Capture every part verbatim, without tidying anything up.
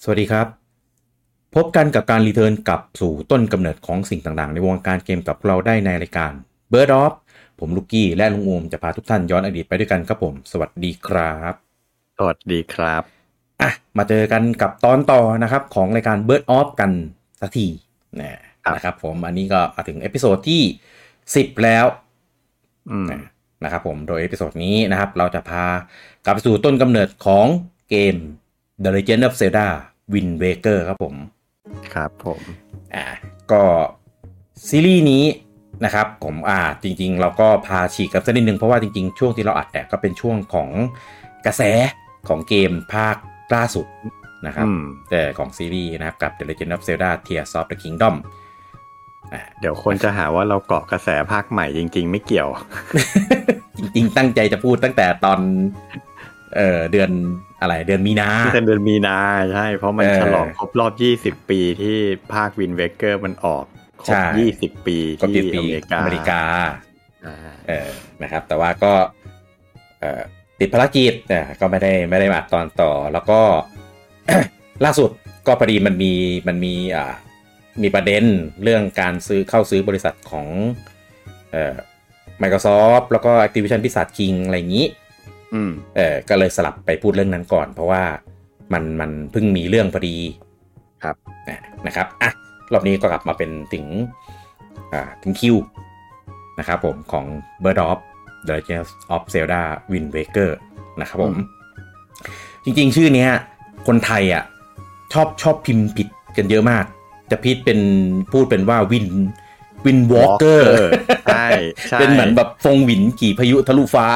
สวัสดีครับพบกันกับการรีเทิร์นกลับสู่ต้นกำเนิดของสิ่งต่างๆในวงการเกมกับเราได้ในรายการ Bird Off ผมลูกกี้และลุงโอมจะพาทุกท่านย้อนอดีตไปด้วยกันครับผมสวัสดีครับสวัสดีครับอ่ะมาเจอกันกับตอนต่อนะครับของรายการ Bird Off กันสักทีนะนะครับผมอันนี้ก็ถึงเอพิโซดที่สิบแล้วนะครับผมโดยเอพิโซดนี้นะครับเราจะพากลับไปสู่ต้นกำเนิดของเกม The Legend of Zelda Wind Waker ครับผมครับผมอ่าก็ซีรีส์นี้นะครับผมอ่าจริงๆเราก็พาฉีกกันสักนิดนึงเพราะว่าจริงๆช่วงที่เราอัดเนี่ยก็เป็นช่วงของกระแสของเกมภาคล่าสุดนะครับแต่ของซีรีส์นะครับกับ The Legend of Zelda Tears of the Kingdom เดี๋ยวคนจะหาว่าเราเกาะกระแสภาคใหม่จริงๆไม่เกี่ยวจริงๆตั้งใจจะพูดตั้งแต่ตอนเอ่อเดือนอะไรเดือนมีนาเดือนมีนาใช่เพราะมันฉลองครบรอบยี่สิบปีที่ภาค Wind Waker มันออกครบยี่สิบปีที่อเมริกาอเมริกาเออนะครับแต่ว่าก็เอ่อติดภารกิจเนี่ยก็ไม่ได้ไม่ได้มาตอนต่อแล้วก็ ล่าสุดก็พอดีมันมีมันมีอ่ามีประเด็นเรื่องการซื้อเข้าซื้อบริษัทของเอ่อ Microsoft แล้วก็ Activision Blizzard King อะไรอย่างนี้อืมเออก็เลยสลับไปพูดเรื่องนั้นก่อนเพราะว่ามันมันเพิ่งมีเรื่องพอดีครับนะครับอ่ะรอบนี้ก็กลับมาเป็นถึงอ่าถึงคิวนะครับผมของ Bird of The Legend of Zelda Wind Waker นะครับผมจริงๆชื่อเนี้ยคนไทยอ่ะชอบชอบพิมพ์ผิดกันเยอะมากจะพิดเป็นพูดเป็นว่าวินวินวอล์กเกอร์ใช่ใช่เป็นเหมือนแบบฟงหวินขี่พายุทะลุฟ้า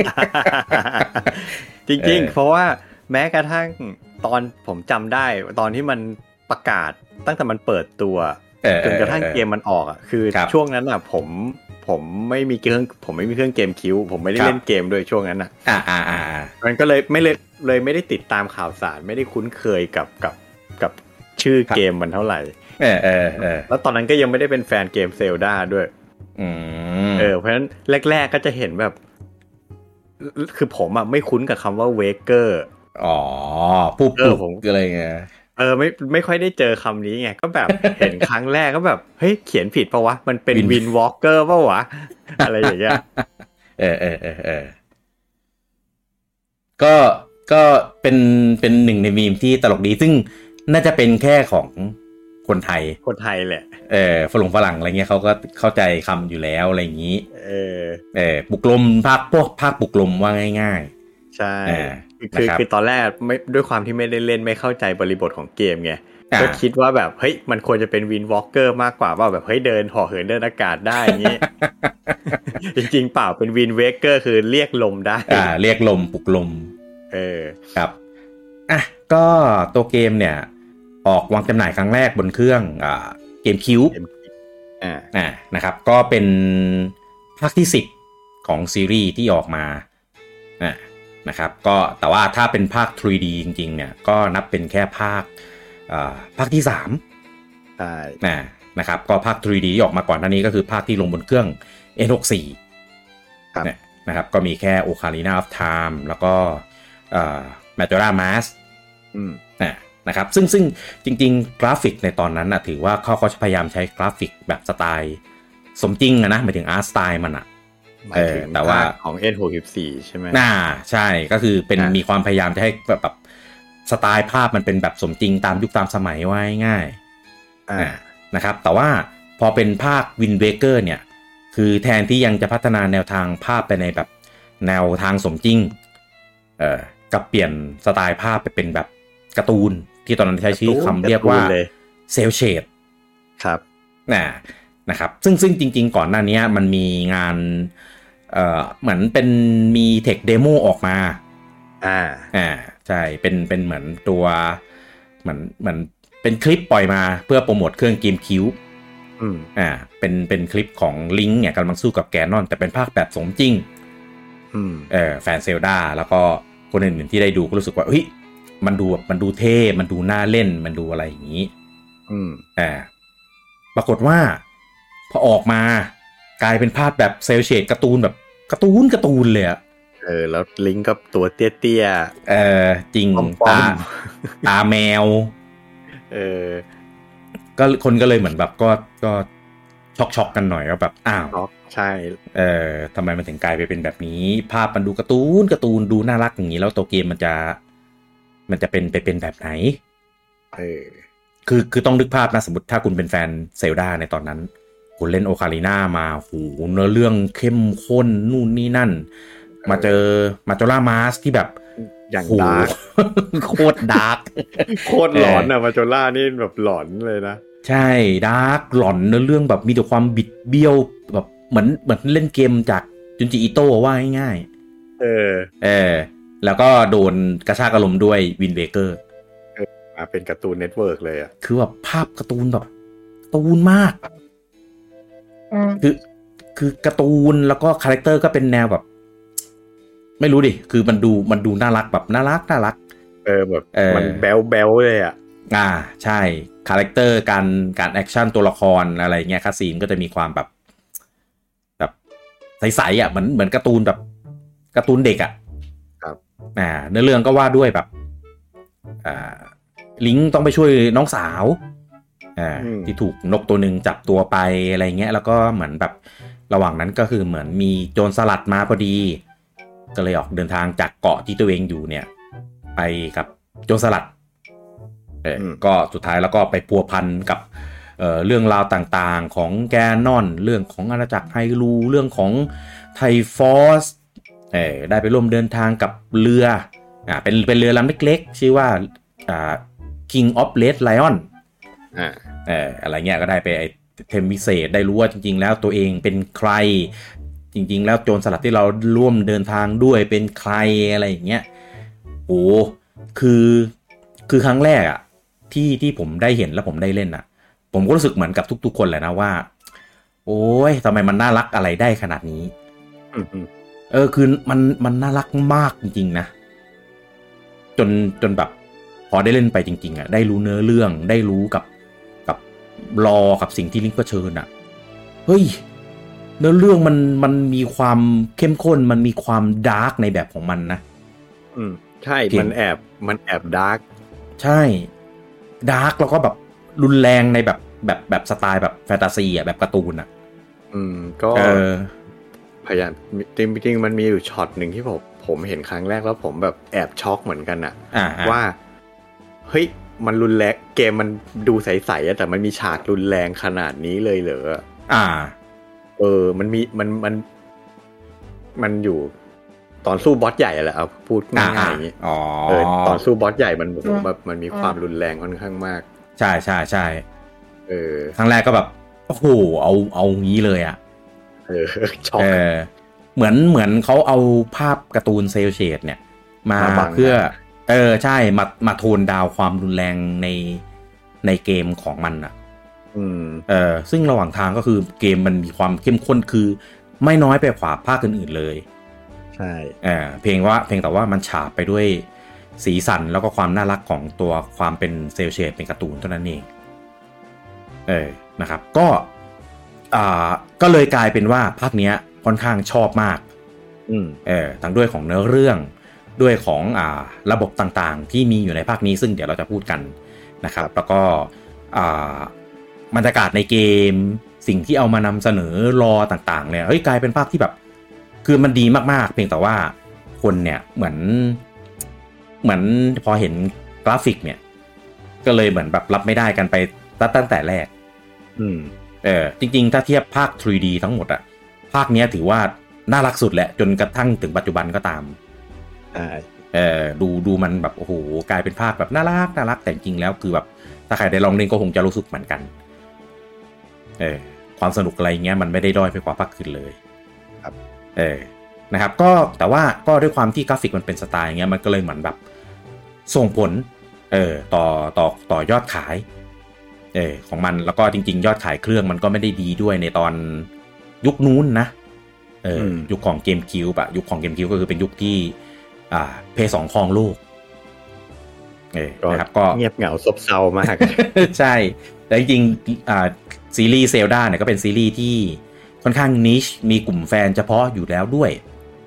จริงๆเพราะว่าแม้กระทั่งตอนผมจำได้ตอนที่มันประกาศตั้งแต่มันเปิดตัวจนกระทั่งเกมมันออกอ่ะคือช่วงนั้นอ่ะผมผมไม่มีเครื่องผมไม่มีเครื่องเกมคิวผมไม่ได้เล่นเกมด้วยช่วงนั้นอ่ะอ่าอ่าอ่ามันก็เลยไม่เลยเลยไม่ได้ติดตามข่าวสารไม่ได้คุ้นเคยกับกับกับชื่อเกมมันเท่าไหร่เออเออเออแล้วตอนนั้นก็ยังไม่ได้เป็นแฟนเกมเซลดาด้วยอืมเออเพราะฉะนั้นแรกๆก็จะเห็นแบบคือผมอ่ะไม่คุ้นกับคำว่าเวเกอร์อ๋อปุ๊บปุ๊บผมอะไรเงี้ยเออไม่ไม่ค่อยได้เจอคำนี้ไงก็แบบเห็นครั้งแรกก็แบบเฮ้ยเขียนผิดปะวะมันเป็นวินวอล์กเกอร์ปะวะอะไรอย่างเงี้ยเออเออเออเออก็ก็เป็นเป็นหนึ่งในมีมที่ตลกดีซึ่งน่าจะเป็นแค่ของคนไทยคนไทยแหละเออฝรั่งฝรั่งอะไรเงี้ยเขาก็เข้าใจคำอยู่แล้วอะไรอย่างนี้เออเออปลุกลมภาคพวกภาคปลุกลมว่าง่ายๆใช่คือคือตอนแรกไม่ด้วยความที่ไม่ได้เล่นไม่เข้าใจบริบทของเกมไงก็คิดว่าแบบเฮ้ยมันควรจะเป็นวินวอล์กเกอร์มากกว่าว่าแบบเฮ้ยเดินห่อเหินเดินอากาศได้อย่างนี้ จริงๆเปล่าเป็นวินเวเกอร์คือเรียกลมได้อ่าเรียกลมปลุกลมเออครับอ่ะก็ตัวเกมเนี่ยออกวางจำหน่ายครั้งแรกบนเครื่องอ่าเกมคิวอ่าอ่านะครับก็เป็นภาคที่สิบของซีรีส์ที่ออกมาอ่านะครับก็แต่ว่าถ้าเป็นภาค ทรี ดี จริงๆเนี่ยก็นับเป็นแค่ภาคอ่าภาคที่สามใช่นะนะครับก็ภาค ทรี ดี ที่ออกมาก่อนหน้านี้ก็คือภาคที่ลงบนเครื่อง เอ็น หกสิบสี่ครับนะครับก็มีแค่ Ocarina of Time แล้วก็อ่า Majora's Mask อืมนะนะครับซึ่งซึ่งจริงๆกราฟิกในตอนนั้นนะถือว่าเขาเขาพยายามใช้กราฟิกแบบสไตล์สมจริงนะหมายถึงอาร์ตสไตล์มันอ่ะเออแต่ว่าของ เอ็น หกสิบสี่ ใช่ไหมน่าใช่ก็คือเป็นมีความพยายามจะให้แบบแบบสไตล์ภาพมันเป็นแบบสมจริงตามยุคตามสมัยไว้ง่ายอ่านะครับแต่ว่าพอเป็นภาค Wind Waker เนี่ยคือแทนที่ยังจะพัฒนาแนวทางภาพไปในแบบแนวทางสมจริงเอ่อกับเปลี่ยนสไตล์ภาพไปเป็นแบบการ์ตูนที่ตอนนั้นใช้ชื่อคำเรียกว่าเซลเชดครับนะนะครับซึ่งซึ่งจริงๆก่อนหน้านี้มันมีงานเอ่อเหมือนเป็นมีเทคเดโมออกมาอ่าอ่าใช่เป็นเป็นเหมือนตัวเหมือนเหมือนเป็นคลิปปล่อยมาเพื่อโปรโมทเครื่องเกมคิวอืมอ่าเป็นเป็นคลิปของลิงค์เนี่ยกำลังสู้กับแกนอนแต่เป็นภาคแบบสมจริงอืมเออแฟนเซลดาแล้วก็คนอื่นๆที่ได้ดูก็รู้สึกว่าเฮ้ยมันดูแบบมันดูเท่มันดูน่าเล่นมันดูอะไรอย่างนี้อืมอ่าปรากฏว่าพอออกมากลายเป็นภาพแบบเซลเชดการ์ตูนแบบการ์ตูนการ์ตูนเลยอะเออแล้วลิงก์ก็ตัวเตี้ยๆเออจริงตาตาแมวเออก็คนก็เลยเหมือนแบบก็ก็ช็อกๆกันหน่อยก็แบบอ้าวใช่เออทำไมมันถึงกลายไปเป็นแบบนี้ภาพมันดูการ์ตูนการ์ตูนดูน่ารักอย่างนี้แล้วตัวเกมมันจะมันจะเป็นไปเป็นแบบไหนเออคือคือต้องนึกภาพนะสมมติถ้าคุณเป็นแฟนเซลดาในตอนนั้นคุณเล่นโอคาลิน่ามาโหเนื้อเรื่องเข้มข้นนู่นนี่นั่นมาเจอมาโจล่ามาสที่แบบอย่างดาร์กโคตรดาร์กโคตรหลอนอะมาโจล่านี่แบบหลอนเลยนะใช่ดาร์กหลอนเนื้อเรื่องแบบมีแต่ความบิดเบี้ยวแบบเหมือนเหมือนเล่นเกมจากจุนจิอิโต้ว่าง่ายๆเออเออแล้วก็โดนกระชากอารมณ์ด้วยวินเวเกอร์เออมาเป็นการ์ตูนเน็ตเวิร์กเลยอ่ะคือแบบภาพการ์ตูนแบบการ์ตูนมากคือคือการ์ตูนแล้วก็คาแรคเตอร์ก็เป็นแนวแบบไม่รู้ดิคือมันดูมันดูน่ารักแบบน่ารักน่ารักเออแบบมันแบ๊วแบ๊วเลยอ่ะอ่าใช่คาแรคเตอร์การการแอคชั่นตัวละครอะไรเงี้ยคาซีนก็จะมีความแบบแบบใสๆอ่ะเหมือนเหมือนการ์ตูนแบบการ์ตูนเด็กอ่ะครับอ่าเนื้อเรื่องก็ว่าด้วยแบบอ่าลิงต้องไปช่วยน้องสาวอ่าที่ถูกนกตัวหนึ่งจับตัวไปอะไรเงี้ยแล้วก็เหมือนแบบระหว่างนั้นก็คือเหมือนมีโจรสลัดมาพอดีก็เลยออกเดินทางจากเกาะที่ตัวเองอยู่เนี่ยไปกับโจรสลัดเออก็สุดท้ายแล้วก็ไปพัวพันกับ เอ่อเรื่องราวต่างๆของแกนอนเรื่องของอาณาจักรไฮรูเรื่องของไทฟอสเออได้ไปร่วมเดินทางกับเรืออ่าเป็นเป็นเรือลำเล็กๆชื่อว่าอ่า King of Red Lion อ่าเอออะไรเงี้ยก็ได้ไปไอเทมพิเศษได้รู้ว่าจริงๆแล้วตัวเองเป็นใครจริงๆแล้วโจรสลัดที่เราร่วมเดินทางด้วยเป็นใครอะไรอย่างเงี้ยโอ้คือคือครั้งแรกอะที่ที่ผมได้เห็นแล้วผมได้เล่นอะผมก็รู้สึกเหมือนกับทุกๆคนแหละนะว่าโอ้ยทำไมมันน่ารักอะไรได้ขนาดนี้เออคือมันมันน่ารักมากจริงๆนะจนจนแบบพอได้เล่นไปจริงๆอะได้รู้เนื้อเรื่องได้รู้กับกับรอกับสิ่งที่ลิงก์เผชิญอะเฮ้ยเนื้อเรื่องมันมันมีความเข้มข้นมันมีความดาร์กในแบบของมันนะอืมใช่มันแอบมันแอบดาร์กใช่ดาร์กแล้วก็แบบรุนแรงในแบบแบบแบบสไตล์แบบแฟนตาซีอ่ะแบบการ์ตูนอ่ะอืมก็พยายามจริงจริงมันมีอยู่ช็อตหนึ่งที่ผมผมเห็นครั้งแรกแล้วผมแบบแอบช็อกเหมือนกันอ่ะว่าเฮ้ยมันรุนแรงเกมมันดูใสๆแต่มันมีฉากรุนแรงขนาดนี้เลยเหรออ่าเออมันมีมันมันมันอยู่ตอนสู้บอสใหญ่แหละเอาพูดง่ายๆอย่างนี้อ๋อเออตอนสู้บอสใหญ่มันแบบมันมีความรุนแรงค่อนข้างมากใช่ใช่ใช่เออครั้งแรกก็แบบโอ้โหเอาเอางี้เลยอ่ะเออช็อกเออเหมือนเหมือนเขาเอาภาพการ์ตูนเซลเชดเนี่ยมาเพื่อเออใช่มามาโทนดาวความรุนแรงในในเกมของมันอ่ะอืมเออซึ่งระหว่างทางก็คือเกมมันมีความเข้มข้นคือไม่น้อยไปกว่าภาคอื่นๆเลยใช่เออเพียงว่าเพียงแต่ว่ามันฉาบไปด้วยสีสันแล้วก็ความน่ารักของตัวความเป็นเซลเชดเป็นการ์ตูนเท่านั้นเองเออนะครับก็อ่าก็เลยกลายเป็นว่าภาคเนี้ยค่อนข้างชอบมากอืมเออทั้งด้วยของเนื้อเรื่องด้วยของอ่าระบบต่างๆที่มีอยู่ในภาคนี้ซึ่งเดี๋ยวเราจะพูดกันนะครับแล้วก็อ่าบรรยากาศในเกมสิ่งที่เอามานำเสนอรอต่างๆเนี่ยเฮ้ยกลายเป็นภาคที่แบบคือมันดีมากๆเพียงแต่ว่าคนเนี่ยเหมือนเหมือนพอเห็นกราฟิกเนี่ยก็เลยเหมือนแบบรับไม่ได้กันไปตั้งแต่แรกอืมเออจริงๆถ้าเทียบภาค ทรี ดี ทั้งหมดอะภาคนี้ถือว่าน่ารักสุดแหละจนกระทั่งถึงปัจจุบันก็ตามใช่เออดูดูมันแบบโอ้โหกลายเป็นภาคแบบน่ารักน่ารักแต่จริงแล้วคือแบบถ้าใครได้ลองเล่นก็คงจะรู้สึกเหมือนกันเออความสนุกอะไรเงี้ยมันไม่ได้ด้อยไปกว่าภาคอื่นเลยครับเออนะครับก็แต่ว่าก็ด้วยความที่กราฟิกมันเป็นสไตล์เงี้ยมันก็เลยเหมือนแบบส่งผลเออต่อต่อต่อยอดขายเออของมันแล้วก็จริงๆยอดขายเครื่องมันก็ไม่ได้ดีด้วยในตอนยุคนู้นนะเออยุคของเกมคิวบะยุคของเกมคิวก็คือเป็นยุคที่อ่าเพย์สองครองโลกเออนะครับก็เงียบเหงาซบเซามากใช่แต่จริงๆอ่าซีรีส์เซลดาเนี่ยก็เป็นซีรีส์ที่ค่อนข้างนิชมีกลุ่มแฟนเฉพาะอยู่แล้วด้วย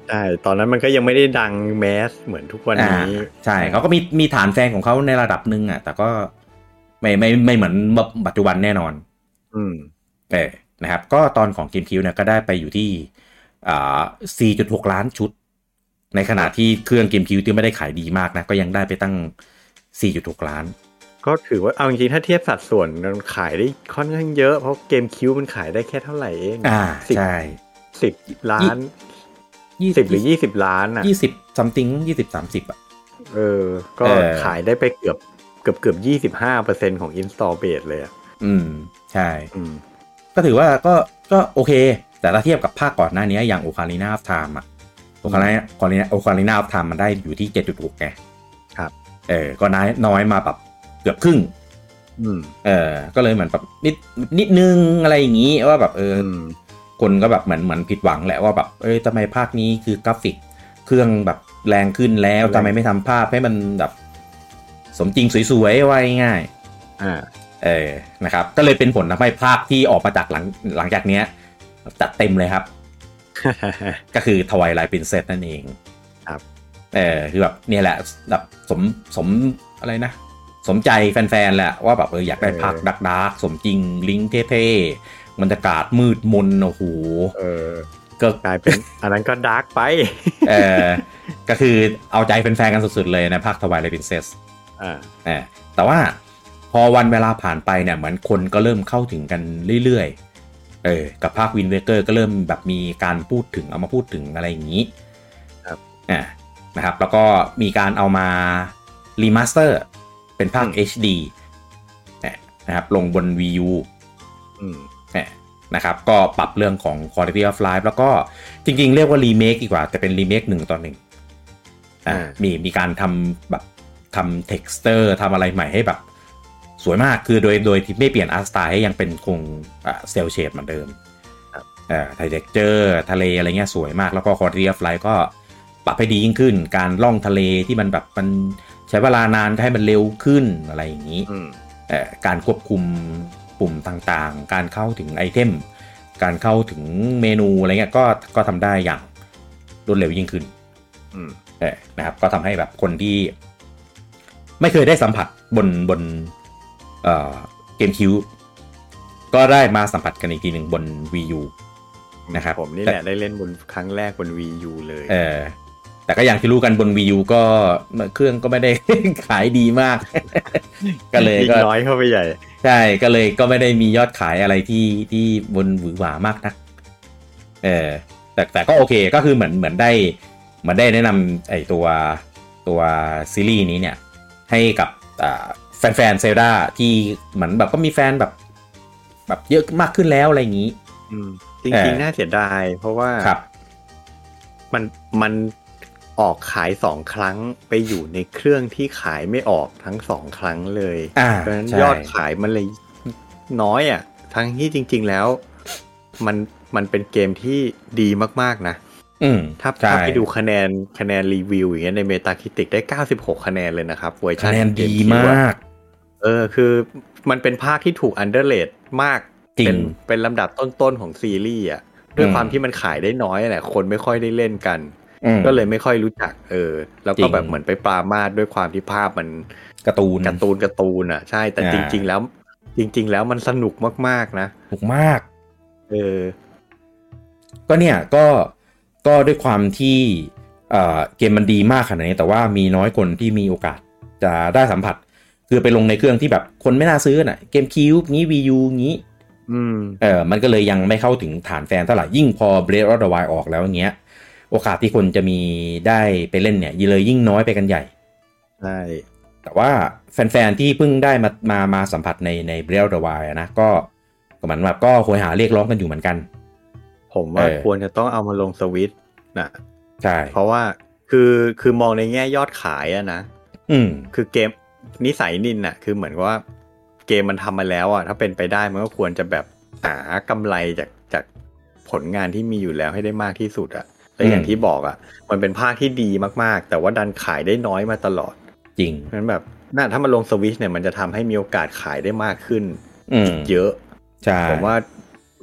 ใช่ตอนนั้นมันก็ยังไม่ได้ดังแมสเหมือนทุกวันนี้ใช่เขาก็มีมีฐานแฟนของเขาในระดับหนึ่งอ่ะแต่ก็ไม่ไม่ไม่เหมือนปัจจุบันแน่นอนอืมเออนะครับก็ตอนของ GameCube เนี่ยก็ได้ไปอยู่ที่อ่า สี่จุดหก ล้านชุดในขณะที่เครื่อง GameCube ที่ไม่ได้ขายดีมากนะก็ยังได้ไปตั้ง สี่จุดหก ล้านก็ถือว่าเอาจริงๆถ้าเทียบสัดส่วนมันขายได้ค่อนข้างเยอะเพราะ GameCube มันขายได้แค่เท่าไหร่เองอ่าใช่สิบล้านสิบหรือยี่สิบล้านอ่ะยี่สิบ something ยี่สิบ สามสิบอ่ะเออก็ขายได้ไปเกือบเกือบเกือบ ยี่สิบห้าเปอร์เซ็นต์ ของ install base เลยอ่ะอืมใช่อืมก็ถือว่าก็ก็โอเคแต่ถ้าเทียบกับภาคก่อนหน้านี้อย่าง Ocarina of Time อ่ะ Ocarina Ocarina Ocarina of Time มันได้อยู่ที่ เจ็ดจุดหก ไงครับเออก็น้อยน้อยมาแบบเกือบครึ่งอืมเออก็เลยเหมือนแบบนิดนิดนึงอะไรอย่างงี้ว่าแบบเออคนก็แบบเหมือนเหมือนผิดหวังแหละว่าแบบเอ้ยทำไมภาคนี้คือกราฟิกเครื่องแบบแรงขึ้นแล้วทำไมไม่ทำภาพให้มันแบบสมจริงสวยๆไว้ง่ายอ่าเออนะครับก็เลยเป็นผลทำให้ภาพที่ออกมาจากหลังหลังจากเนี้ยจัดเต็มเลยครับ ก็คือ Twilight Princess นั่นเองครับเออคือแบบเนี่ยแหละแบบสมสมอะไรนะสมใจแฟนๆแหละว่าแบบเอออยากได้ภาคดักดาร์กสมจริงลิงก์เท่ๆบรรยากาศมืดมนโอ้โหเออก็กลายเป็นอันนั้นก็ดาร์กไปเออก็คือเอาใจแฟนๆกันสุดๆเลยนะภาค Twilight Princess อ่าเออแต่ว่าพอวันเวลาผ่านไปเนี่ยเหมือนคนก็เริ่มเข้าถึงกันเรื่อยๆเออกับภาค Wind Waker ก็เริ่มแบบมีการพูดถึงเอามาพูดถึงอะไรอย่างนี้ครับอ่านะครับแล้วก็มีการเอามารีมาสเตอร์เป็นภาค เอช ดี นะครับลงบน Wii U อืมนะครับก็ปรับเรื่องของ Quality of Life แล้วก็จริงๆเรียกว่ารีเมคดีกว่าแต่เป็นรีเมคหนึ่งต่อหนึ่งอ่ามีมีการทำแบบทำ texture ทำอะไรใหม่ให้แบบสวยมากคือโดยโดยที่ไม่เปลี่ยน art style ให้ยังเป็นคงอ่า cell shade เหมือนเดิมอ่า texture ทะเลอะไรเงี้ยสวยมากแล้วก็ Quality of Life ก็ปรับให้ดียิ่งขึ้นการล่องทะเลที่มันแบบมันใช้เวลานานให้มันเร็วขึ้นอะไรอย่างนี้การควบคุมปุ่มต่างๆการเข้าถึงไอเทมการเข้าถึงเมนูอะไรเงี้ยก็ก็ทำได้อย่างรวดเร็วยิ่งขึ้นนะครับก็ทำให้แบบคนที่ไม่เคยได้สัมผัสบนบนเอ่อเกมคิวก็ได้มาสัมผัสกันอีกทีหนึ่งบน Wii U นะครับผมนี่แหละได้เล่นบนครั้งแรกบน Wii U เลยเออแต่ก็อย่างที่รู้กันบน Wii U ก็เครื่องก็ไม่ได้ ขายดีมาก ก็เลยก็น้อยเข้าไปใหญ่ใช่ก็เลยก็ไม่ได้มียอดขายอะไรที่ที่บนหวือหวามากนักเออแต่แต่ก็โอเคก็คือเหมือนเหมือนได้เหมือนได้แนะนำไอ้ตัวตัวซีรีส์นี้เนี่ยให้กับแฟนๆเซลดาที่เหมือนแบบก็มีแฟนแบบแบบเยอะมากขึ้นแล้วอะไรอย่างนี้จริงๆน่าเสียดายเพราะว่ามันมันออกขายสองครั้งไปอยู่ในเครื่องที่ขายไม่ออกทั้งสองครั้งเลยเพราะฉะนั้นยอดขายมันเลยน้อยอ่ะทั้งที่จริงๆแล้วมันมันเป็นเกมที่ดีมากๆนะถ้าถ้าไปดูคะแนนคะแนนรีวิวอย่างเงี้ยใน Metacritic ได้เก้าสิบหกคะแนนเลยนะครับเวอร์ชันคะแนนดีมากเออคือมันเป็นภาคที่ถูก underrate มากเป็นเป็นลำดับต้นๆของซีรีส์อ่ะด้วยความที่มันขายได้น้อยแหละคนไม่ค่อยได้เล่นกันก็เลยไม่ค่อยรู้จักเออแล้วก็แบบเหมือนไปปรามาสด้วยความที่ภาพมันการ์ตูนการ์ตูนการ์ตูนอ่ะใช่แต่จริงๆแล้วจริงๆแล้วมันสนุกมากๆนะสนุกมากเออก็เนี่ยก็ก็ด้วยความที่เอ่อเกมมันดีมากขนาดนี้แต่ว่ามีน้อยคนที่มีโอกาสจะได้สัมผัสคือไปลงในเครื่องที่แบบคนไม่น่าซื้อน่ะเกมคิวบ์งี้ Wii U งี้อืมเออมันก็เลยยังไม่เข้าถึงฐานแฟนเท่าไหร่ยิ่งพอ Breath of the Wild ออกแล้วอย่างเงี้ยโอกาสที่คนจะมีได้ไปเล่นเนี่ยยิ่งเลยยิ่งน้อยไปกันใหญ่ใช่แต่ว่าแฟนๆที่เพิ่งได้มามามาสัมผัสในใน Breath of the Wild นะก็ก็เหมือนแบบก็โหยหาเรียกร้องกันอยู่เหมือนกันผมว่าควรจะต้องเอามาลงสวิตช์นะใช่เพราะว่าคือคือมองในแง่ยอดขายอะนะอืมคือเกมนิสัยนินน่ะคือเหมือนว่าเกมมันทำมาแล้วอะถ้าเป็นไปได้มันก็ควรจะแบบหากำไรจากจากผลงานที่มีอยู่แล้วให้ได้มากที่สุดอะและอย่างที่บอกอ่ะมันเป็นภาคที่ดีมากๆแต่ว่าดันขายได้น้อยมาตลอดจริงเพราะฉะนั้นแบบน่าถ้ามันลงสวิชเนี่ยมันจะทำให้มีโอกาสขายได้มากขึ้นอีกเยอะใช่ผมว่า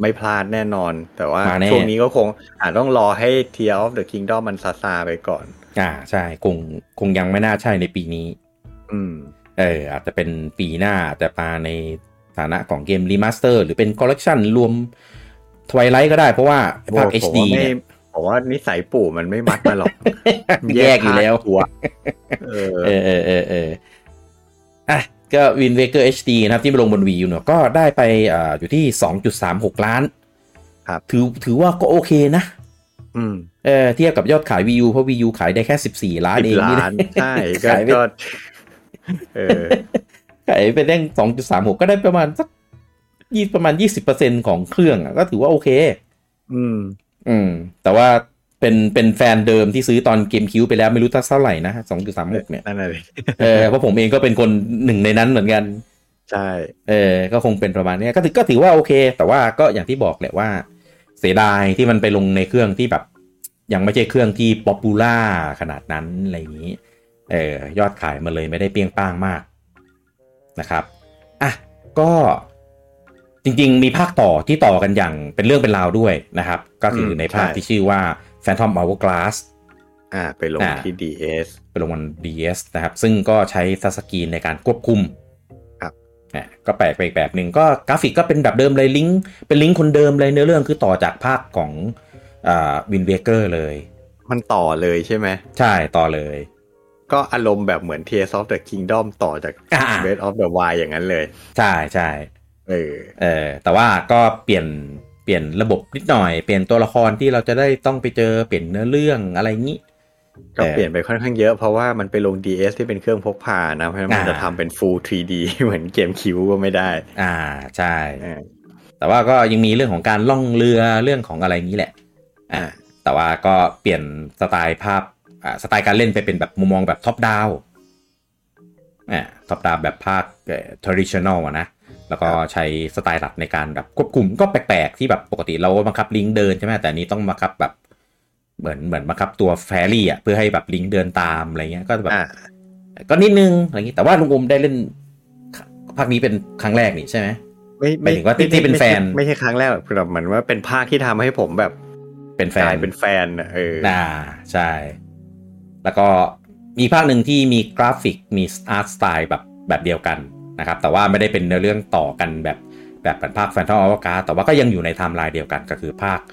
ไม่พลาดแน่นอนแต่ว่าช่วงนี้ก็คงอาจต้องรอให้ Tears of the Kingdom มันซาซาไปก่อนอ่าใช่คงคงยังไม่น่าใช่ในปีนี้อืมเอออาจจะเป็นปีหน้าแต่มาในฐานะของเกมรีมาสเตอร์หรือเป็นคอลเลกชันรวม Twilight ก็ได้เพราะว่าภาค เอช ดี เนี่ยผมว่านิสัยปู่มันไม่มัดมาหรอกแยกอยู่แล้วตัวเออเออเออเออเอออ่ะก็ Wind Waker เอช ดี นะครับที่มาลงบน Wii U เนอะก็ได้ไปอ่าอยู่ที่ สองจุดสามหก ล้านครับถือถือว่าก็โอเคนะอืมเออเทียบกับยอดขาย Wii U เพราะ Wii U ขายได้แค่สิบสี่ล้านเองนี่ใช่ก็ก็เออขายไปได้ สองจุดสามหก ก็ได้ประมาณสักยี่ประมาณ ยี่สิบเปอร์เซ็นต์ ของเครื่องอ่ะก็ถือว่าโอเคอืมอืมแต่ว่าเป็นเป็นแฟนเดิมที่ซื้อตอนเกมคิวไปแล้วไม่รู้ตั้งเท่าไหร่นะ สองจุดสามหก เนี่ยนั่นเลยเออเพราะผมเองก็เป็นคนหนึ่งในนั้นเหมือนกันใช่เออก็คงเป็นประมาณนี้ก็ถือก็ถือว่าโอเคแต่ว่าก็อย่างที่บอกแหละว่าเสียดายที่มันไปลงในเครื่องที่แบบยังไม่ใช่เครื่องที่ป๊อปปูล่าขนาดนั้นอะไรอย่างนี้เออยอดขายมันเลยไม่ได้เปรี้ยงป้างมากนะครับอ่ะก็จริงๆมีภาคต่อที่ต่อกันอย่างเป็นเรื่องเป็นราวด้วยนะครับก็คือในภาคที่ชื่อว่า Phantom Hourglass อ่าไปลงที่ ดี เอสไปลงบน ดี เอส นะครับซึ่งก็ใช้ทัชสกรีนในการควบคุมครับอ่าก็แปลกไปอีกแบบหนึ่งก็กราฟิกก็เป็นแบบเดิมเลยลิงก์เป็นลิงก์คนเดิมเลยเนื้อเรื่องคือต่อจากภาคของอ่า Wind Waker เลยมันต่อเลยใช่ไหมใช่ต่อเลยก็อารมณ์แบบเหมือน Tears of the Kingdom ต่อจาก Breath of the Wild อย่างนั้นเลยใช่ใช่เออเออแต่ว่าก็เปลี่ยนเปลี่ยนระบบนิดหน่อยเปลี่ยนตัวละครที่เราจะได้ต้องไปเจอเปลี่ยนเนื้อเรื่องอะไรงี้ก็เปลี่ยนไปค่อนข้างเยอะเพราะว่ามันไปลง ดี เอส ที่เป็นเครื่องพกพานะเพราะมันจะทำเป็น Full ทรี ดี เหมือนเกมคิวก็ไม่ได้อ่าใช่แต่ว่าก็ยังมีเรื่องของการล่องเรือเรื่องของอะไรนี้แหละอ่าแต่ว่าก็เปลี่ยนสไตล์ภาพอ่าสไตล์การเล่นไปเป็นแบบมุมมองแบบท็อปดาวน์อ่าท็อปดาวน์แบบภาคเอ่อ traditional อ่ะนะแล้วก็ใช้สไตล์หลักในการแบบควบคุมก็แปลกๆที่แบบปกติเราบังคับลิงก์เดินใช่ไหมแต่นี้ต้องบังคับแบบเหมือนเหมือนบังคับตัวแฟรี่อ่ะเพื่อให้แบบลิงก์เดินตามอะไรเงี้ยก็แบบก็นิดนึงอะไรอย่างงี้แต่ว่าลุงอมได้เล่นภาคนี้เป็นครั้งแรกนี่ใช่ไหมไม่ไม่ถึงว่าที่เป็นแฟนไม่ใช่ครั้งแรกหรอกคือแบบเหมือนว่าเป็นภาคที่ทำให้ผมแบบเป็นแฟนเป็นแฟนเอออ่าใช่แล้วก็มีภาคหนึ่งที่มีกราฟิกมีอาร์ตสไตล์แบบแบบเดียวกันนะครับแต่ว่าไม่ได้เป็นเนื้อเรื่องต่อกันแบบแบบเป็นภาค Phantom Hourglass แต่ว่าก็ยังอยู่ในไทม์ไลน์เดียวกันก็คือภาค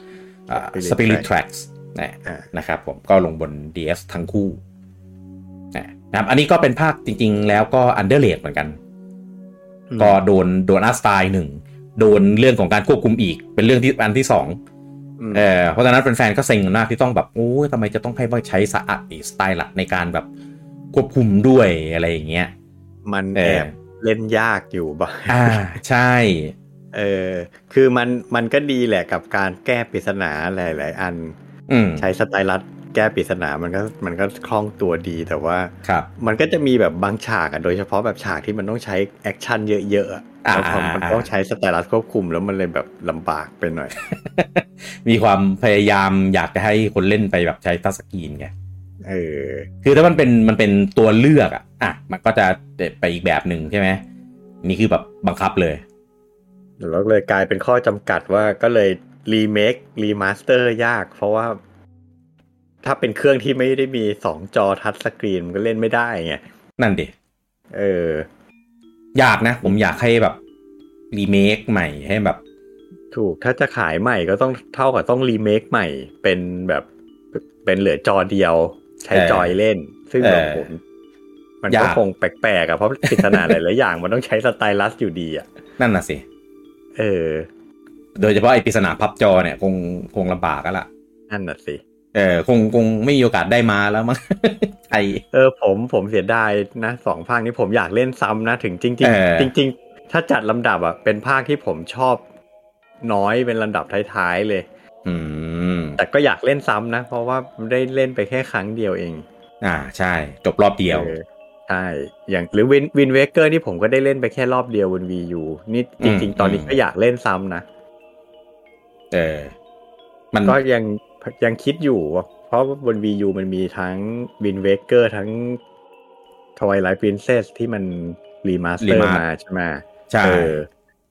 Spirit Tracks นะครับผมก็ลงบน ดี เอส ทั้งคู่นะครับอันนี้ก็เป็นภาคจริงๆแล้วก็ Underrated เหมือนกันก็โดนโดนอาร์ตสไตล์หนึ่งโดนเรื่องของการควบคุมอีกเป็นเรื่องที่อันที่สองเออเพราะฉะนั้นแฟนๆก็เซ็งมากที่ต้องแบบโอ้ยทำไมจะต้องให้ว่าใช้สไตล์หลักในการแบบควบคุมด้วยอะไรอย่างเงี้ยมันแอบเล่นยากอยู่บ้างอ่าใช่เออคือมันมันก็ดีแหละกับการแก้ปริศนาหลายๆอันใช้สไตล์ลัดแก้ปริศนามันก็มันก็คล่องตัวดีแต่ว่ามันก็จะมีแบบบางฉากอ่ะโดยเฉพาะแบบฉากที่มันต้องใช้แอคชั่นเยอะๆอ่ะแล้วพอมันต้องใช้สไตล์ลัดควบคุมแล้วมันเลยแบบลำบากไปหน่อยมีความพยายามอยากจะให้คนเล่นไปแบบใช้ทัชสกรีนไงเออคือถ้ามันเป็นมันเป็นตัวเลือกอ่ะอ่ะมันก็จะไปอีกแบบหนึ่งใช่ไหมนี่คือแบบบังคับเลยแล้วเลยกลายเป็นข้อจำกัดว่าก็เลยรีเมครีมาสเตอร์ยากเพราะว่าถ้าเป็นเครื่องที่ไม่ได้มีสองจอทัชสกรีนมันก็เล่นไม่ได้ไงนั่นดิเอออยากนะผมอยากให้แบบรีเมคใหม่ให้แบบถูกถ้าจะขายใหม่ก็ต้องเท่ากับต้องรีเมคใหม่เป็นแบบเป็นเหลือจอเดียวใช้จอยเล่นซึ่งแบบผมมันก็คงแปลกๆอ่ะเพราะปริศนาหลายๆอย่างมันต้องใช้สไตลัสอยู่ดีอ่ะนั่นน่ะสิเออโดยเฉพาะไอ้ปริศนาพับจอเนี่ยคงคงลำบากแล้วล่ะนั่นน่ะสิเออคงคงไม่มีโอกาสได้มาแล้วมั้งไอเออผมผมเสียดายนะสองภาคนี้ผมอยากเล่นซ้ำนะถึงจริงจริงจริงๆถ้าจัดลำดับอ่ะเป็นภาคที่ผมชอบน้อยเป็นลำดับท้ายๆเลยอืมแต่ก็อยากเล่นซ้ำนะเพราะว่าได้เล่นไปแค่ครั้งเดียวเองอ่าใช่จบรอบเดียวใช่อย่างหรือวินวินเวเกอร์ที่ผมก็ได้เล่นไปแค่รอบเดียวบน Wii U นี่จริงๆตอนนี้ก็อยากเล่นซ้ำนะเออมันก็ยังยังคิดอยู่เพราะบน Wii U มันมีทั้ง Wind Waker ทั้ง Twilight Princess ที่มันรีมาสเตอร์มาใช่ไหมใช่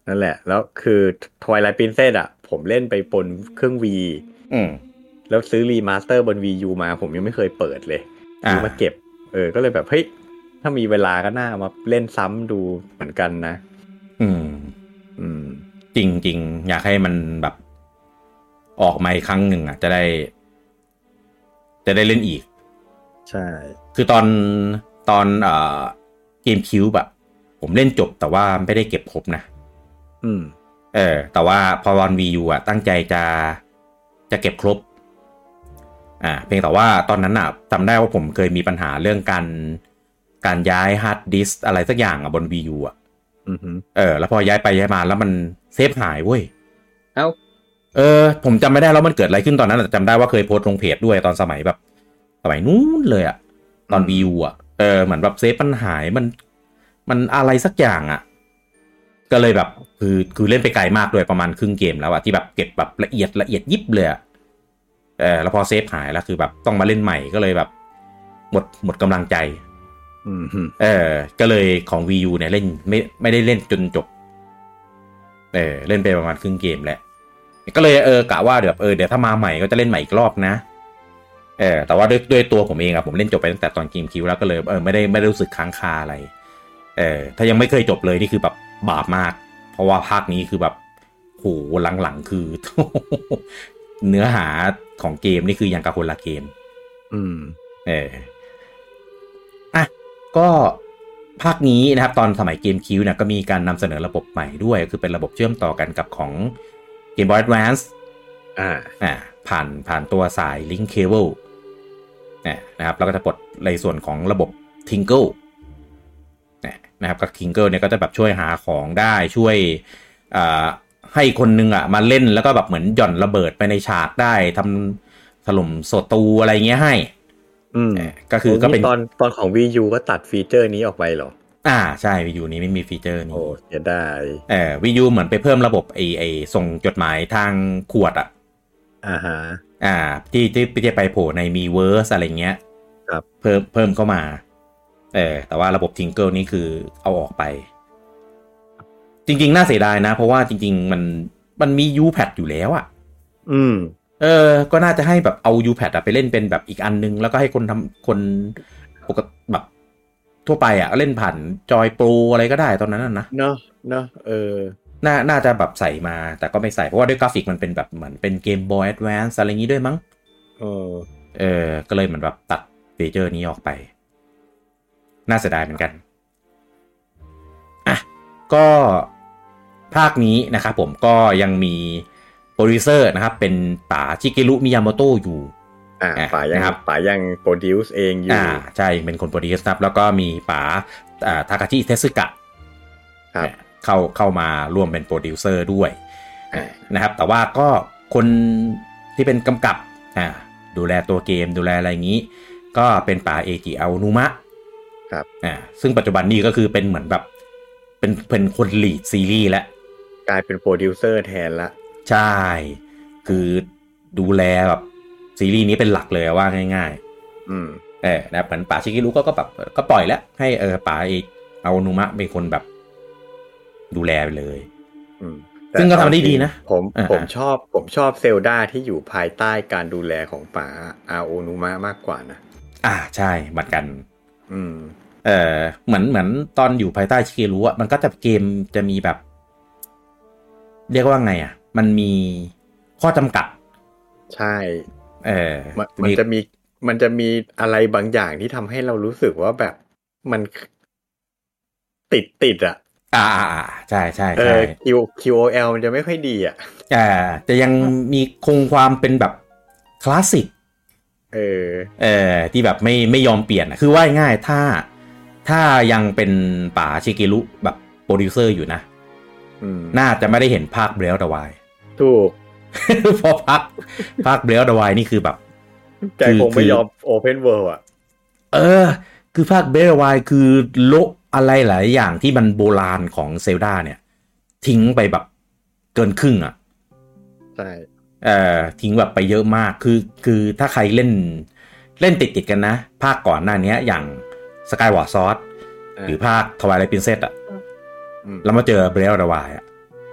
นั่นแหละแล้วคือ Twilight Princess อ่ะผมเล่นไปบนเครื่อง V อืมแล้วซื้อรีมาสเตอร์บน Wii U มาผมยังไม่เคยเปิดเลยซื้อมาเก็บเออก็เลยแบบเฮ้ยถ้ามีเวลาก็น่ามาเล่นซ้ำดูเหมือนกันนะอืมอืมจริงจริงอยากให้มันแบบออกมาอีกครั้งหนึ่งอ่ะจะได้จะได้เล่นอีกใช่คือตอนตอนเอ่อเกมคิวบอะผมเล่นจบแต่ว่าไม่ได้เก็บครบนะอืมเออแต่ว่าพอตอน Wii U อ่ะตั้งใจจะจะเก็บครบอ่าเพียงแต่ว่าตอนนั้นอ่ะจำได้ว่าผมเคยมีปัญหาเรื่องการการย้ายฮาร์ดดิสก์อะไรสักอย่างอ่ะบน Wii U อ่ะอือฮึเออแล้วพอย้ายไปย้ายมาแล้วมันเซฟหายเว้ยเอ้าเออผมจำไม่ได้แล้วมันเกิดอะไรขึ้นตอนนั้นแต่จำได้ว่าเคยโพสต์ลงเพจด้วยตอนสมัยแบบสมัยนู้นเลยอ่ะตอน Wii U อ่ะเออเหมือนแบบเซฟมันหายมันมันอะไรสักอย่างอ่ะก็เลยแบบคือคือเล่นไปไกลมากด้วยประมาณครึ่งเกมแล้วอะที่แบบเก็บแบบละเอียดละเอียดยิบเลยอะเออแล้วพอเซฟหายแล้วคือแบบต้องมาเล่นใหม่ก็เลยแบบหมดหมดกำลังใจอืมเออก็เลยของ Wii U เนี่ยเล่นไม่ไม่ได้เล่นจนจบเออเล่นไปประมาณครึ่งเกมแหละก็เลยเออกะว่าเดี๋ยวเออเดี๋ยวถ้ามาใหม่ก็จะเล่นใหม่อีกรอบนะเออแต่ว่าด้วยด้วยตัวผมเองอะผมเล่นจบไปตั้งแต่ตอนเกมคิวแล้วก็เลยเออไม่ได้ไม่ได้รู้สึกค้างคาอะไรเออถ้ายังไม่เคยจบเลยนี่คือแบบบาปมากเพราะว่าภาคนี้คือแบบโหหลังๆคือ เนื้อหาของเกมนี่คือยังกับคนละเกมอืมเอออ่ะก็ภาคนี้นะครับตอนสมัยเกมคิวเนี่ยก็มีการนำเสนอระบบใหม่ด้วยคือเป็นระบบเชื่อมต่อกันกับของ Game Boy Advance อ่าอ่าผ่านผ่านตัวสาย Link Cable นะครับแล้วก็จะปลดในส่วนของระบบ Tingle นะครับกับ Tingle เนี่ยก็จะแบบช่วยหาของได้ช่วยอ่าให้คนนึงอ่ะมาเล่นแล้วก็แบบเหมือนหย่อนระเบิดไปในฉากได้ทำถล่มโซตูอะไรเงี้ยให้อืมก็คือก็เป็นตอนตอนของ Wii U ก็ตัดฟีเจอร์นี้ออกไปเหรออ่าใช่ Wii U นี้ไม่มีฟีเจอร์นี้โอ้เสียดายเออ Wii U เหมือนไปเพิ่มระบบไอไอส่งจดหมายทางขวดอ่ะอ่าฮะอ่าที่ที่ที่ไปโผล่ในมีเวิร์สอะไรเงี้ยครับเพิ่มเพิ่มเข้ามาเออแต่ว่าระบบ Tingle นี่คือเอาออกไปจริงๆน่าเสียดายนะเพราะว่าจริงๆมันมันมี U-Pad อยู่แล้วอ่ะอืมเออก็น่าจะให้แบบเอา U-Pad อะไปเล่นเป็นแบบอีกอันนึงแล้วก็ให้คนทำคนปกติแบบทั่วไปอ่ะเล่นผ่านจอยโปรอะไรก็ได้ตอนนั้นนะเนาะเนาะเออน่าน่าจะแบบใส่มาแต่ก็ไม่ใส่เพราะว่าด้วยกราฟิกมันเป็นแบบเหมือนเป็นเกม Boy Advance อะไรอย่างงี้ด้วยมั้งเออเออก็เลยเหมือนแบบตัดฟีเจอร์นี้ออกไปน่าเสียดายเหมือนกันอ่ะก็ภาคนี้นะครับผมก็ยังมีโปรดิวเซอร์นะครับเป็นป๋าชิเกรุมิยาโมโตะอยู่อ่าป๋ายังครับป๋ายังโปรดิวซ์เองอยู่อ่าใช่เป็นคนโปรดิวซ์ครับแล้วก็มีป๋าอ่าทากาชิเทสึกะครับเข้าเข้ามาร่วมเป็นโปรดิวเซอร์ด้วยนะครับแต่ว่าก็คนที่เป็นกำกับอ่าดูแลตัวเกมดูแลอะไรอย่างนี้ก็เป็นป๋าเอจิอานุมะครับอ่าซึ่งปัจจุบันนี้ก็คือเป็นเหมือนแบบเป็นเป็นคนลีดซีรีส์แล้วกลายเป็นโปรดิวเซอร์แทนละใช่คือดูแลแบบซีรีส์นี้เป็นหลักเลยว่าง่ายๆอืมเออนะเหมือนป๋าชิกิรุก็ก็แบบก็ปล่อยแล้วให้เออป๋าเอานุมะเป็นคนแบบดูแลไปเลยอืมซึ่งก็ทำได้ดีนะผมผมชอบผมชอบเซลดาที่อยู่ภายใต้การดูแลของป๋าอาโอนุมะมากกว่านะอ่าใช่เหมือนกันอืมเออเหมือนเหมือนตอนอยู่ภายใต้ชิกิรุอ่ะมันก็จะเกมจะมีแบบเรียกว่าไงอ่ะมันมีข้อจำกัดใช่เออมันจะมีมันจะมีอะไรบางอย่างที่ทำให้เรารู้สึกว่าแบบมันติดติดอ่ะอ่าอ่าใช่ใช่ใช่ Q คิว โอ แอล มันจะไม่ค่อยดีอ่ะอ่าจะยังมีคงความเป็นแบบคลาสสิกเออเออที่แบบไม่ไม่ยอมเปลี่ยนคือว่าง่ายถ้าถ้ายังเป็นป๋าชิเกรุแบบโปรดิวเซอร์อยู่นะน่าจะไม่ได้เห็นภาคเบรลดวายถูกเพราะภาคภาคเบรลดวายนี่คือแบบแกคงไม่ยอมโอเพนเวิลด์อ่ะเออคือภาคเบรลดวายคือโละอะไรหลายอย่างที่มันโบราณของเซลดาเนี่ยทิ้งไปแบบเกินครึ่งอ่ะใช่เอ่อทิ้งแบบไปเยอะมากคือคือถ้าใครเล่นเล่นติดติดกันนะภาคก่อนหน้านี้อย่าง Skyward Sword หรือภาค Twilight Princess อ่ะแล้วมาเจอ Breath of the Wild อ่ะ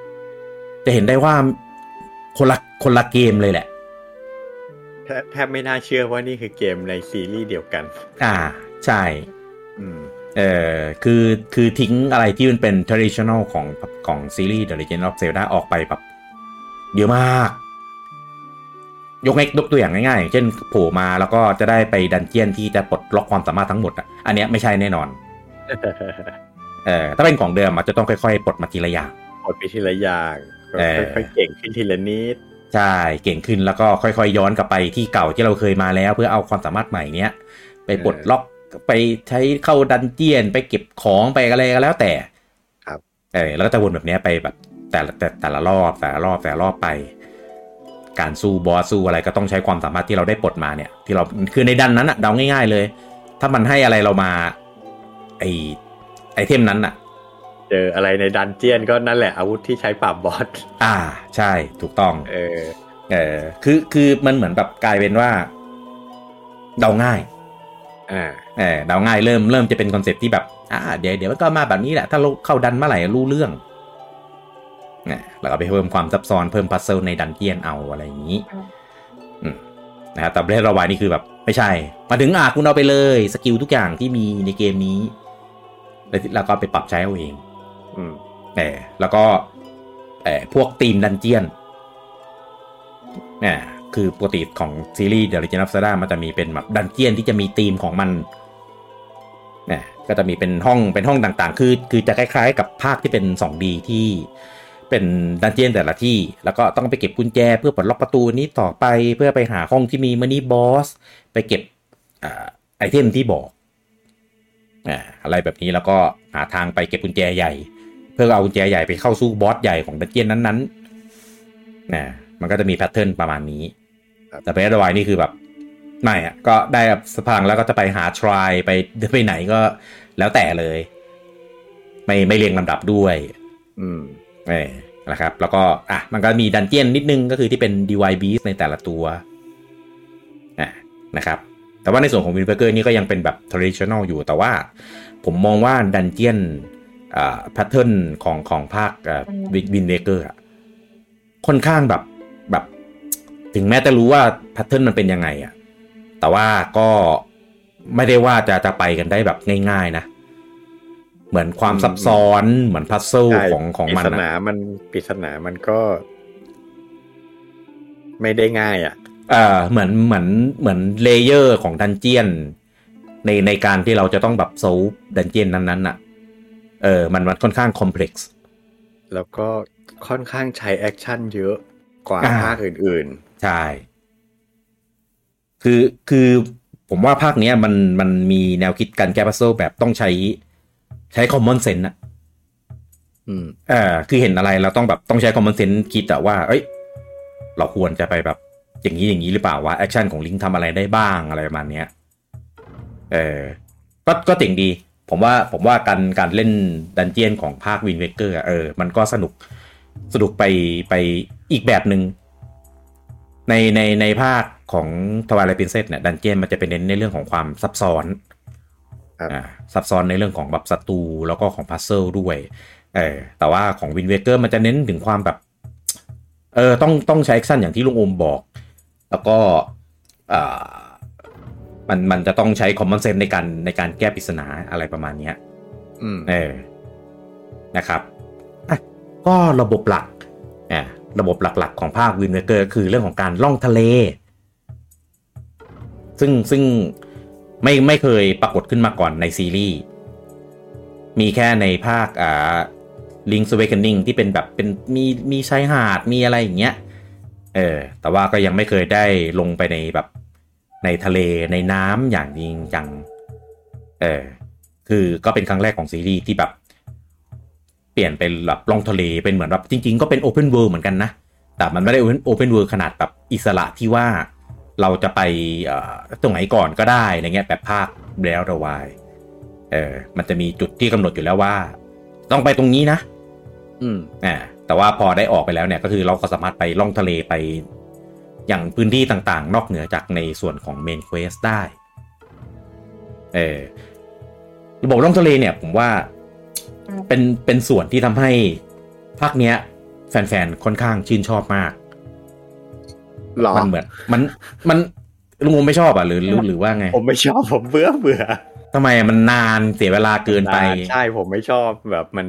จะเห็นได้ว่าคนละคนละเกมเลยแหละแทบไม่น่าเชื่อว่านี่คือเกมในซีรีส์เดียวกันอ่าใช่อืมเออคือคือทิ้งอะไรที่มันเป็น traditional ของของซีรีส์ The Legend of Zelda ออกไปแบบเยอะมากยกให้ยกตัวอย่างง่ายๆอย่างเช่นโผล่มาแล้วก็จะได้ไปดันเจียนที่จะปลดล็อกความสามารถทั้งหมดอ่ะอันเนี้ยไม่ใช่แน่นอนเออถ้าเป็นของเดิมอาจจะต้องค่อยๆปลดมาทีละอย่างปลดไปทีละอย่างค่อยๆเก่งขึ้นทีละนิดใช่เก่งขึ้นแล้วก็ค่อยๆย้อนกลับไปที่เก่าที่เราเคยมาแล้วเพื่อเอาความสามารถใหม่เนี้ยไปปลดล็อกไปใช้เข้าดันเจียนไปเก็บของไปอะไรก็แล้วแต่ครับเออแล้วก็จะวนแบบนี้ไปแบบแต่แต่แต่ละรอบแต่ละรอบแต่ละรอบไปการสู้บอสสู้อะไรก็ต้องใช้ความสามารถที่เราได้ปลดมาเนี่ยที่เราคือในดันนั้นอะเดาง่ายๆเลยถ้ามันให้อะไรเรามาไอไอเทมนั้นอะเจออะไรในดันเจียนก็นั่นแหละอาวุธที่ใช้ปราบบอสอ่าใช่ถูกต้องเออเออคือคือมันเหมือนแบบกลายเป็นว่าเดาง่ายอ่าเออเดาง่ายเริ่มเริ่มจะเป็นคอนเซ็ปต์ที่แบบอ่าเดี๋ยวเดี๋ยวมันก็มาแบบนี้แหละถ้าเราเข้าดันเมื่อไหร่รู้เรื่องเนี่ยแล้วก็ไปเพิ่มความซับซ้อนเพิ่มพัซเซิลในดันเจียนเอาอะไรอย่างนี้อืมนะครับแต่เรื่องระบายนี่คือแบบไม่ใช่มาถึงอ่ะคุณเอาไปเลยสกิลทุกอย่างที่มีในเกมนี้แล้วก็ไปปรับใช้เอาเองอืมเออแล้วก็เออพวกธีมดันเจียนเนี่ยคือปกติของซีรีส์ The Legend of Zelda มันจะมีเป็นแบบดันเจียนที่จะมีธีมของมันเนี่ยก็จะมีเป็นห้องเป็นห้องต่างๆคือคือจะคล้ายๆกับภาคที่เป็น สอง ดี ที่เป็นดันเจียนแต่ละที่แล้วก็ต้องไปเก็บกุญแจเพื่อปลดล็อกประตูนี้ต่อไปเพื่อไปหาห้องที่มีมินิบอสไปเก็บอ่าไอเทมที่บอกอ่าอะไรแบบนี้แล้วก็หาทางไปเก็บกุญแจใหญ่เพื่อเอากุญแจใหญ่ไปเข้าสู้บอสใหญ่ของดันเจียนนั้นๆนะมันก็จะมีแพทเทิร์นประมาณนี้แต่เบสไวนี่คือแบบไม่อ่ะก็ได้แบบสพังแล้วก็จะไปหาทรายไปไปไหนก็แล้วแต่เลยไม่ไม่เรียงลำดับด้วยอืมเออนะครับแล้วก็อ่ะมันก็มีดันเจียนนิดนึงก็คือที่เป็น ดี วาย Beast ในแต่ละตัวอ่ะนะครับแต่ว่าในส่วนของ Wind Waker นี่ก็ยังเป็นแบบ traditional อยู่แต่ว่าผมมองว่าดันเจียนอ่าแพทเทิร์นของของภาคอ่า Wind Waker อ่ะค่อนข้างแบบแบบถึงแม้จะรู้ว่าแพทเทิร์นมันเป็นยังไงอ่ะแต่ว่าก็ไม่ได้ว่าจะจะไปกันได้แบบง่ายๆนะเหมือนความซับซ้อนเหมือนพัซเซิลของของมันปริศนามันปริศนามันก็ไม่ได้ง่ายอ่ะเออเหมือนเหมือนเหมือนเลเยอร์ของดันเจียนในในการที่เราจะต้องแบบโซลดันเจียนนั้นๆอ่ะเออมันมันค่อนข้างคอมเพล็กซ์แล้วก็ค่อนข้างใช้แอคชั่นเยอะกว่าภาคอื่นๆใช่คือคือผมว่าภาคนี้มันมันมีแนวคิดการแก้พัซเซิลแบบต้องใช้ใช้คอมมอนเซนส์อ่ะอืมเออคือเห็นอะไรเราต้องแบบต้องใช้คอมมอนเซนส์คิดอะว่าเอ้ยเราควรจะไปแบบอย่างนี้อย่างนี้หรือเปล่าวะแอคชั่นของลิงทำอะไรได้บ้างอะไรประมาณเนี้ยเออก็ก็เจ๋งดีผมว่าผมว่าการการเล่นดันเจียนของภาค Wind Waker เออมันก็สนุกสนุกไปไปอีกแบบนึงในในในภาคของ Twilight Princess เนี่ยดันเจียนมันจะเป็นเน้นในเรื่องของความซับซ้อนอ่าซับซ้อนในเรื่องของแบบศัตรูแล้วก็ของพัซเซิลด้วยเออแต่ว่าของ Wind Waker มันจะเน้นถึงความแบบเออต้องต้องใช้แอคชั่นอย่างที่ลุงโอมบอกแล้วก็อ่ามันมันจะต้องใช้คอมมอนเซนส์ในการในการแก้ปริศนาอะไรประมาณนี้อืมเออนะครับอ่ะก็ระบบหลักอ่าระบบหลักๆของภาค Wind Waker คือเรื่องของการล่องทะเลซึ่งซึ่งไม่ไม่เคยปรากฏขึ้นมาก่อนในซีรีส์มีแค่ในภาคอ่า Link's Awakening ที่เป็นแบบเป็นมีมีชายหาดมีอะไรอย่างเงี้ยเออแต่ว่าก็ยังไม่เคยได้ลงไปในแบบในทะเลในน้ำอย่างจริงจังเออคือก็เป็นครั้งแรกของซีรีส์ที่แบบเปลี่ยนเป็นแบบล่องทะเลเป็นเหมือนแบบจริงๆก็เป็น Open World เหมือนกันนะแต่มันไม่ได้ Open World ขนาดแบบอิสระที่ว่าเราจะไปตรงไหนก่อนก็ได้อะไรเงี้ยแบบภาค Breath of the Wild เออมันจะมีจุดที่กำหนดอยู่แล้วว่าต้องไปตรงนี้นะอืมอ่าแต่ว่าพอได้ออกไปแล้วเนี่ยก็คือเราก็สามารถไปล่องทะเลไปอย่างพื้นที่ต่างๆนอกเหนือจากในส่วนของเมนเควสได้เออระบบล่องทะเลเนี่ยผมว่าเป็นเป็นส่วนที่ทำให้ภาคเนี้ยแฟนๆค่อนข้างชื่นชอบมากหรอมันเหมือนมันมันลุงโอไม่ชอบอ่ะหรือหรือว่าไงผมไม่ชอบผมเบื่อเบื่อทำไมมันนานเสียเวลาเกินไปใช่ผมไม่ชอบแบบมัน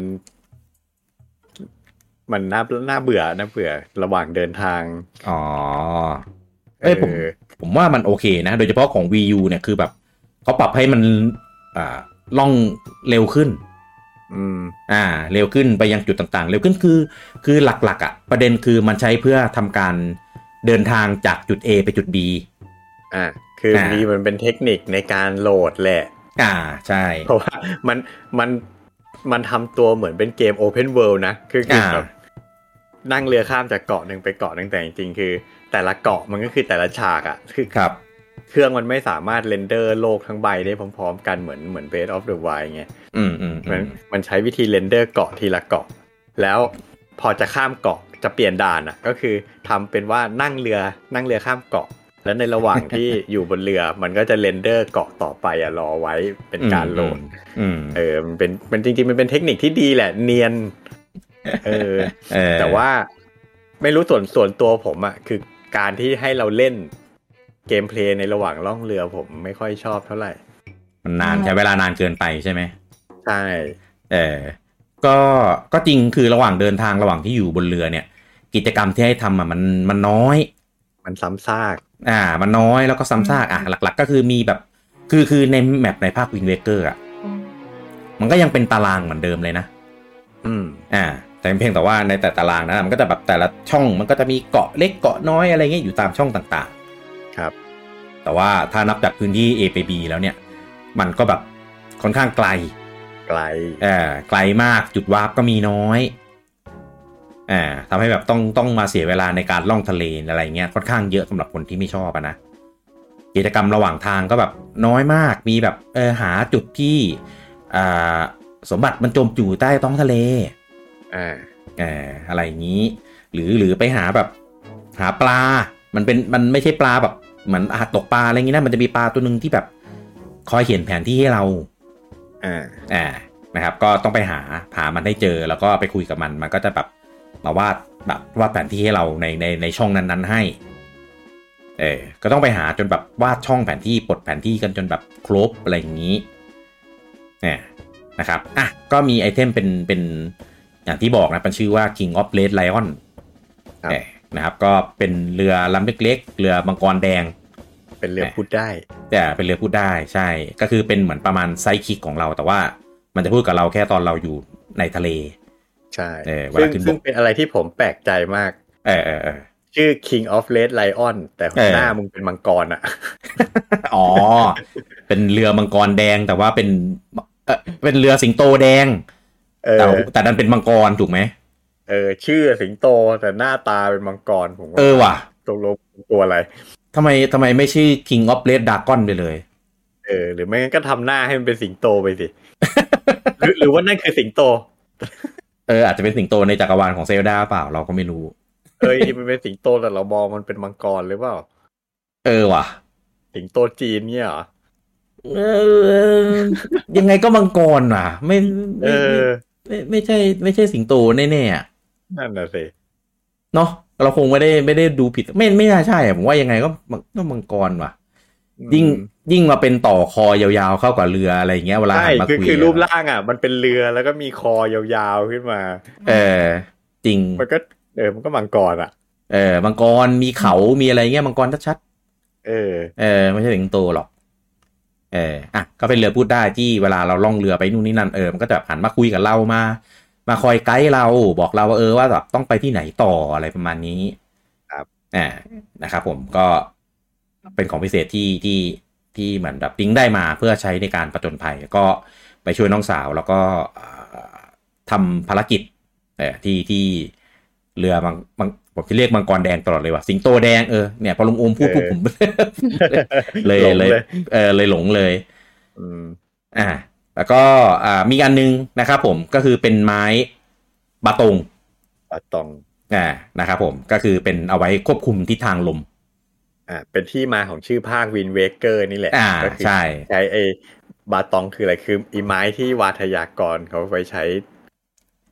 มันน่าน่าเบื่อน่าเบื่อระหว่างเดินทางอ๋อเอ้ยผมผมว่ามันโอเคนะโดยเฉพาะของ Wii U เนี่ยคือแบบเขาปรับให้มันอ่าล่องเร็วขึ้นอืมอ่าเร็วขึ้นไปยังจุดต่างๆเร็วขึ้นคือคือหลักๆอ่ะประเด็นคือมันใช้เพื่อทำการเดินทางจากจุด A ไปจุด B อ่าคือมีมันเป็นเทคนิคในการโหลดแหละอ่าใช่เพราะว่ามันมันมันทำตัวเหมือนเป็นเกม Open World นะคือคือแบบนั่งเรือข้ามจากเกาะหนึ่งไปเกาะหนึ่งแต่จริงๆคือแต่ละเกาะมันก็คือแต่ละฉากอ่ะคือครับเครื่องมันไม่สามารถเรนเดอร์โลกทั้งใบได้พร้อมๆกันเหมือนเหมือน Breath of the Wild ไงอืมอืมมันมันใช้วิธีเรนเดอร์เกาะทีละเกาะแล้วพอจะข้ามเกาะจะเปลี่ยนด่านอ่ะก็คือทำเป็นว่านั่งเรือนั่งเรือข้ามเกาะแล้วในระหว่างที่อยู่บนเรือมันก็จะเรนเดอร์เกาะต่อไปอ่ะรอไว้เป็นการโหลดเออมันเป็นมันจริงๆมันเป็นเทคนิคที่ดีแหละเนียนเออแต่ว่าไม่รู้ส่วนส่วนตัวผมอ่ะคือการที่ให้เราเล่นเกมเพลย์ในระหว่างล่องเรือผมไม่ค่อยชอบเท่าไหร่มันนานใช้เวลานานเกินไปใช่ไหมใช่เออก็ก็จริงคือระหว่างเดินทางระหว่างที่อยู่บนเรือเนี่ยกิจกรรมที่ให้ทำอ่ะมันมันน้อยมันซ้ำซากอ่ามันน้อยแล้วก็ซ้ำซากอ่ะหลักๆก็คือมีแบบคือคือในแมปในภาควินเวเกอร์อ่ะมันก็ยังเป็นตารางเหมือนเดิมเลยนะอืมอ่าแต่เพียงแต่ว่าในแต่ตารางนะมันก็จะแบบแต่ละช่องมันก็จะมีเกาะเล็กเกาะน้อยอะไรเงี้ยอยู่ตามช่องต่างๆครับแต่ว่าถ้านับจากพื้นที่ A ไป B แล้วเนี่ยมันก็แบบค่อนข้างไกลไกลเออไกลมากจุดวาร์ปก็มีน้อยอ่าทำให้แบบต้องต้องมาเสียเวลาในการล่องทะเลอะไรเงี้ยค่อนข้างเยอะสำหรับคนที่ไม่ชอบนะกิจกรรมระหว่างทางก็แบบน้อยมากมีแบบเออหาจุดที่อ่าสมบัติมันจมอยู่ใต้ท้องทะเลอ่าเอออะไรอย่างนี้หรือหรือไปหาแบบหาปลามันเป็นมันไม่ใช่ปลาแบบเหมือนอาหารตกปลาอะไรอย่างนี้นะมันจะมีปลาตัวนึงที่แบบคอยเขียนแผนที่ให้เราอ่าอ่านะครับก็ต้องไปหาหามันให้เจอแล้วก็ไปคุยกับมันมันก็จะแบบมาวาดแบบวาดแผนที่ให้เราในในในช่องนั้นๆให้เออก็ต้องไปหาจนแบบวาดช่องแผนที่ปลดแผนที่กันจนแบบครบอะไรอย่างนี้เนี่ยนะครับอ่ะก็มีไอเทมเป็นเป็นอย่างที่บอกนะเป็นชื่อว่า King of Red Lion นะครับก็เป็นเรือลำเล็กๆเรือมังกรแดงเป็นเรือพูดได้แต่เป็นเรือพูดได้ใช่ก็คือเป็นเหมือนประมาณไซคิกของเราแต่ว่ามันจะพูดกับเราแค่ตอนเราอยู่ในทะเลใช่ซึ่งซึ่งเป็นอะไรที่ผมแปลกใจมากเออเออเออชื่อ King of Red Lion แต่หน้ามึงเป็นมังกรอ่ะอ๋อเป็นเรือมังกรแดงแต่ว่าเป็นเออเป็นเรือสิงโตแดงแต่แต่ดันเป็นมังกรถูกไหมเออชื่อสิงโตแต่หน้าตาเป็นมังกรผมเออว่ะตกลงตัวอะไรทำไมทำไมไม่ชื่อ King of Red Dragon ไปเลยเออหรือไม่งั้นก็ทำหน้าให้มันเป็นสิงโตไปสิ หรือหรือว่านั่นคือสิงโตเอออาจจะเป็นสิงโตในจักรวาลของเซลดาเปล่าเราก็ไม่รู้เอ้ยมันเป็นสิงโตแต่เรามองมันเป็นมังกรหรือเปล่าเออว่ะสิงโตจีนเนี่ยเหรอเออยังไงก็มังกรว่ะไม่เออไม่ไม่ใช่ไม่ใช่สิงโตแน่ๆอ่ะนั่นน่ะสิเนาะเราคงไม่ได้ไม่ได้ดูผิดไม่ไม่น่าใช่ผมว่ายังไงก็ก็มังกรว่ะยิ่งยิ่งมาเป็นต่อคอยาวๆเข้ากับเรืออะไรเงี้ยเวลาหันมาคุยคือรูปร่างอ่ะมันเป็นเรือแล้วก็มีคอยาวๆขึ้นมาเออจริงมันก็เออมันก็มังกรอ่ะเออมังกรมีเขามีอะไรเงี้ยมังกรชัดๆเออเออไม่ใช่สิงโตหรอกเอออ่ะก็เป็นเรือพูดได้ที่เวลาเราล่องเรือไปนู่นนี่นั่นเออมันก็จะหันมาคุยกับเรามามาคอยไกด์เราบอกเราว่าเออว่าแบบต้องไปที่ไหนต่ออะไรประมาณนี้ครับอ่านะครับผมก็เป็นของพิเศษที่ที่ที่เหมือนแบบดิ้งได้มาเพื่อใช้ในการผจญภัยก็ไปช่วยน้องสาวแล้วก็ทำภารกิจเออที่ที่เรือมังมังผมจะเรียกมังกรแดงตลอดเลยว่ะสิงโตแดงเออเนี่ยพอลุงโอมพูดปุ๊บผมเลยเลยเออเลยหลงเลยอืมอ่าแล้วก็อ่ามีอันนึงนะครับผมก็คือเป็นไม้บาตงบาตงอ่านะครับผมก็คือเป็นเอาไว้ควบคุมทิศทางลมอ่าเป็นที่มาของชื่อภาควินเวเกอร์นี่แหละอ่าใช่ใช้ไอ้บาตองคืออะไรคืออีไม้ที่วาทยากรเขาไปใช้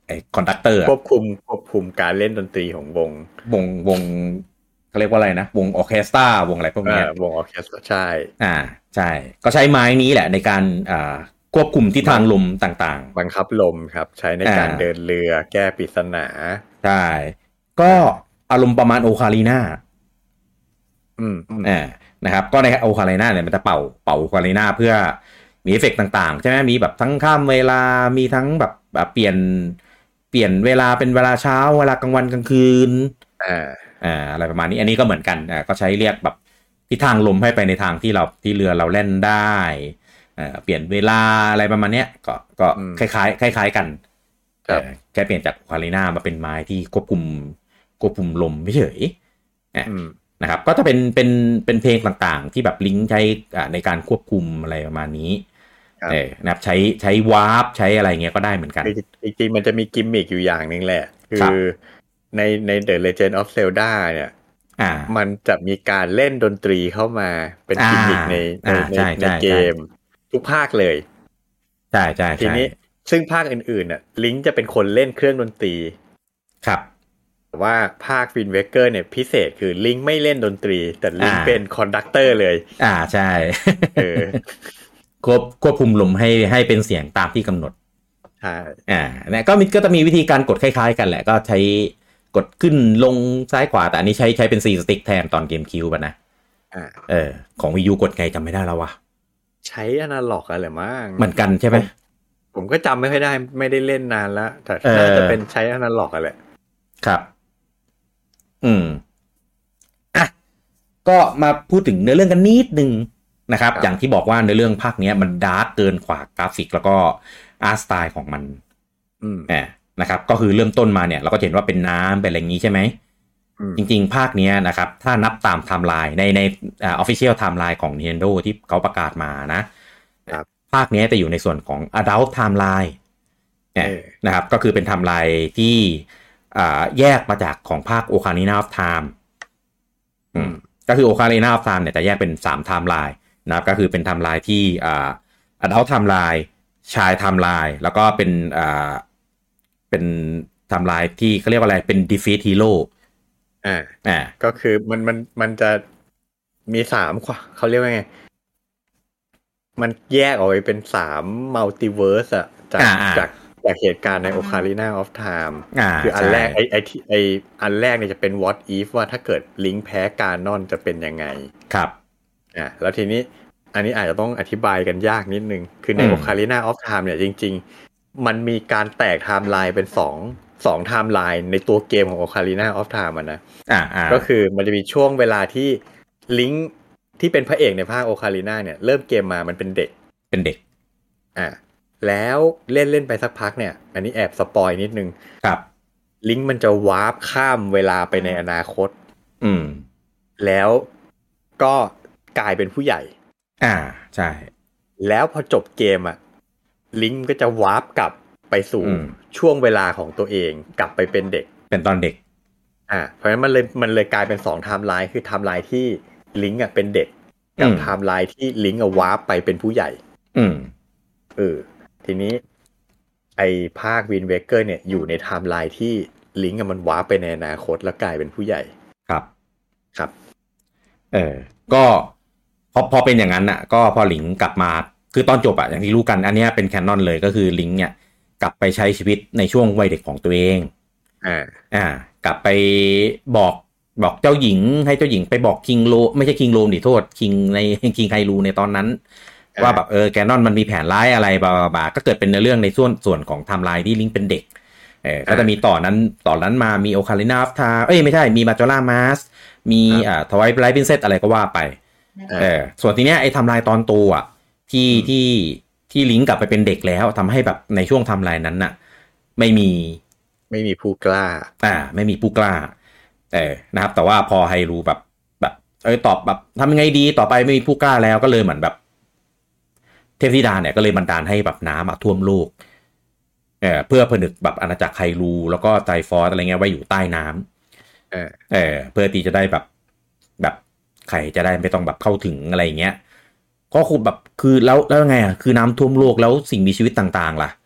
ไอ้คอนดักเตอร์ควบคุมควบคุมการเล่นดนตรีของวงวงวงเขาเรียกว่าอะไรนะวงออร์เคสตราวงอะไรพวกนี้วงออร์เคสตราใช่อ่าใช่ก็ใช้ไม้นี้แหละในการอ่าควบคุมทิศทางลมต่างๆบังคับลมครับใช้ในการเดินเรือแก้ปริศนาใช่ก็อารมณ์ประมาณโอคาลีนาอืมอ่านะครับก็ในโอคาลีนาเนี่ยมันจะเป่าเป่าโอคาลีนาเพื่อมีเอฟเฟกต์ต่างๆใช่ไหมมีแบบทั้งข้ามเวลามีทั้งแบบแบบเปลี่ยนเปลี่ยนเวลาเป็นเวลาเช้าเวลากลางวันกลางคืนอ่าอ่าอะไรประมาณนี้อันนี้ก็เหมือนกันอ่าก็ใช้เรียกแบบทิศทางลมให้ไปในทางที่เราที่เรือเราเล่นได้อ่าเปลี่ยนเวลาอะไรประมาณเนี้ยก็ก็คล้ายๆคล้ายๆกันแค่เปลี่ยนจากโอคาลีนามาเป็นไม้ที่ควบคุมควบคุมลมไม่เฉยนะครับก็จะเป็นเป็นเป็นเพลงต่างๆที่แบบลิงก์ใช้ในการควบคุมอะไรประมาณนี้เออนะครับใช้ใช้วาร์ปใช้อะไรเงี้ยก็ได้เหมือนกันจริงๆมันจะมีกิมมิคอยู่อย่างนึงแหละคือในใน The Legend of Zelda เนี่ยมันจะมีการเล่นดนตรีเข้ามาเป็นกิมมิคในในในเกมทุกภาคเลยใช่ใช่ทีนี้ซึ่งภาคอื่นๆน่ะลิงก์จะเป็นคนเล่นเครื่องดนตรีครับแต่ว่าภาค Wind Waker เนี่ยพิเศษคือลิงก์ไม่เล่นดนตรีแต่ลิงก์เป็นคอนดักเตอร์เลยอ่าใช่เออควบควบคุมลมให้ให้เป็นเสียงตามที่กำหนดใช่อ่าเนี่ยก็มีก็จะมีวิธีการกดคล้ายๆกันแหละก็ใช้กดขึ้นลงซ้ายขวาแต่อันนี้ใช้ใช้เป็นซีสติ๊กแทนตอนเกมคิวป่ะนะอ่าเออของ Wii U กดไงจำไม่ได้แล้ววะใช้อนาล็อกอะไรมั้งเหมือนกันใช่ไหมผมก็จำไม่ค่อยได้ไม่ได้เล่นนานแล้วแต่น่าจะเป็นใช้อนาล็อกอะไรครับอืมอ่ะก็มาพูดถึงเนื้อเรื่องกันนิดนึงนะครับอย่างที่บอกว่าในเรื่องภาคนี้มันดาร์กเกินกว่ากราฟิกแล้วก็อาร์ตสไตล์ของมันอืมอ่านะครับก็คือเริ่มต้นมาเนี่ยเราก็เห็นว่าเป็นน้ำเป็นอะไรอย่างนี้ใช่ไหมจริงๆภาคนี้นะครับถ้านับตามไทม์ไลน์ในในอ่า official timeline ของ Nintendo ที่เขาประกาศมานะครับภาคนี้จะอยู่ในส่วนของ adult timeline เนี่ยนะครับก็คือเป็นไทม์ไลน์ที่อ่าแยกมาจากของภาค Ocarina of Time อืมก็คือ Ocarina of Time เนี่ยจะแยกเป็นสามไทม์ไลน์นะครับก็คือเป็นไทม์ไลน์ที่อ่า adult timeline ชายไทม์ไลน์แล้วก็เป็นอ่าเป็นไทม์ไลน์ที่เขาเรียกว่าอะไรเป็น defeat hero อ่าอ่าก็คือมันมันมันจะมีสามเขาเรียกว่าไงมันแยกออกไปเป็นสามมัลติเวิร์สอะจากจากจากเหตุการณ์ใน Ocarina of Time คืออันแรกไอไอที่ไออันแรกเนี่ยจะเป็น what if ว่าถ้าเกิดลิงค์แพ้กานอนจะเป็นยังไงครับอ่าแล้วทีนี้อันนี้อาจจะต้องอธิบายกันยากนิดนึงคือใน Ocarina of Time เนี่ยจริงๆมันมีการแตกไทม์ไลน์เป็นสองสองไทม์ไลน์ในตัวเกมของ Ocarina of Time อ่ะนะอ่าก็คือมันจะมีช่วงเวลาที่ลิงค์ที่เป็นพระเอกในภาค Ocarina เนี่ยเริ่มเกมมามันเป็นเด็กเป็นเด็กอ่าแล้วเล่นเล่นไปสักพักเนี่ยอันนี้แอบสปอยนิดนึงครับลิงก์มันจะวาร์ปข้ามเวลาไปในอนาคตอืมแล้วก็กลายเป็นผู้ใหญ่อ่าใช่แล้วพอจบเกมอ่ะลิงก์ก็จะวาร์ปกลับไปสู่ช่วงเวลาของตัวเองกลับไปเป็นเด็กเป็นตอนเด็กอ่าเพราะฉะนั้นมันเลยมันเลยกลายเป็นสองไทม์ไลน์คือไทม์ไลน์ที่ลิงก์อ่ะเป็นเด็กกับไทม์ไลน์ที่ลิงก์อ่ะวาร์ปไปเป็นผู้ใหญ่อืมเออทีนี้ไอ้ภาค Wind Waker เนี่ยอยู่ในไทม์ไลน์ที่ลิงก์มันวาร์ปไปในอนาคตแล้วกลายเป็นผู้ใหญ่ครับครับเออก็พอพอเป็นอย่างนั้นอ่ะก็พอลิงก์กลับมาคือตอนจบอ่ะอย่างที่รู้กันอันนี้เป็นแคนนอนเลยก็คือลิงก์เนี่ยกลับไปใช้ชีวิตในช่วงวัยเด็กของตัวเองอ่าอ่ากลับไปบอกบอกเจ้าหญิงให้เจ้าหญิงไปบอกคิงโลไม่ใช่คิงโลมดิโทษคิงในคิงไครูในตอนนั้นว่าแบบเออแกนนอนมันมีแผนร้ายอะไรบลาๆก็เกิดเป็นในเรื่องในส่วนส่วนของไทม์ไลน์ที่ลิงก์เป็นเด็กเออก็จะมีต่อนั้นต่อนั้นมามีโอคาลินาอัฟทาเอ้ยไม่ใช่มีมาจอร่ามาสมีอ่าทวายไลท์พรินเซสอะไรก็ว่าไปเออส่วนทีเนี้ยไอ้ไทม์ไลน์ตอนโตอ่ะที่ที่ที่ลิงก์กลับไปเป็นเด็กแล้วทำให้แบบในช่วงไทม์ไลน์นั้นน่ะไม่มีไม่มีผู้กล้าอ่าไม่มีผู้กล้าเออนะครับแต่ว่าพอไฮรูแบบแบบเออตอบแบบทำยังไงดีต่อไปไม่มีผู้กล้าแล้วก็เลยเหมือนแบบเทพธิดาเนี่ยก็เลยบันดาลให้แบบน้ำท่วมโลกเออเพื่อผนึกแบบอาณาจักรไฮรูแล้วก็ไจฟอร์สอะไรเงี้ยไว้อยู่ใต้น้ำเออเออเพื่อที่จะได้แบบแบบใครจะได้ไม่ต้องแบบเข้าถึงอะไรเงี้ยก็คือแบบคือแล้วแล้วไงอ่ะคือน้ำท่วมโลกแล้วสิ่งมีชีวิตต่างๆล่ะ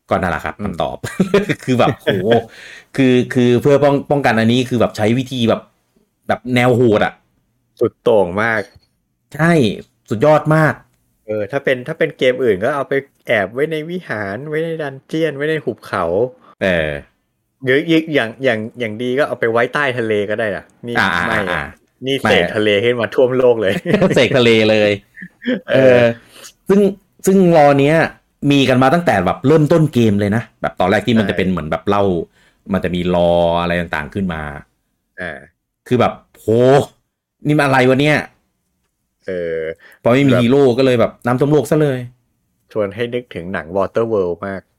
ก็นั่นแหละครับคำตอบ คือแบบโหคือคือเพื่อป้องป้องกันอันนี้คือแบบใช้วิธีแบบแบบแนวโหดอ่ะสุดโต่งมากใช่สุดยอดมากเออถ้าเป็นถ้าเป็นเกมอื่นก็เอาไปแอบไว้ในวิหารไว้ในดันเจียนไว้ในหุบเขาเออหรืออีกอย่างอย่างอย่างดีก็เอาไปไว้ใต้ทะเลก็ได้นะนี่ไม่นี่เสกทะเลขึ้นมาท่วมโลกเลยเสกทะเลเลยเออซึ่งซึ่งรอเนี้ยมีกันมาตั้งแต่แบบเริ่มต้นเกมเลยนะแบบตอนแรกที่มันจะเป็นเหมือนแบบเล่ามันจะมีรออะไรต่างๆขึ้นมาอ่าคือแบบโหนี่มันอะไรวะเนี่ยเออพอไม่มีฮีโร่ก็เลยแบบน้ำท่วมโลกซะเลยชวนให้นึกถึงหนัง Waterworld มาก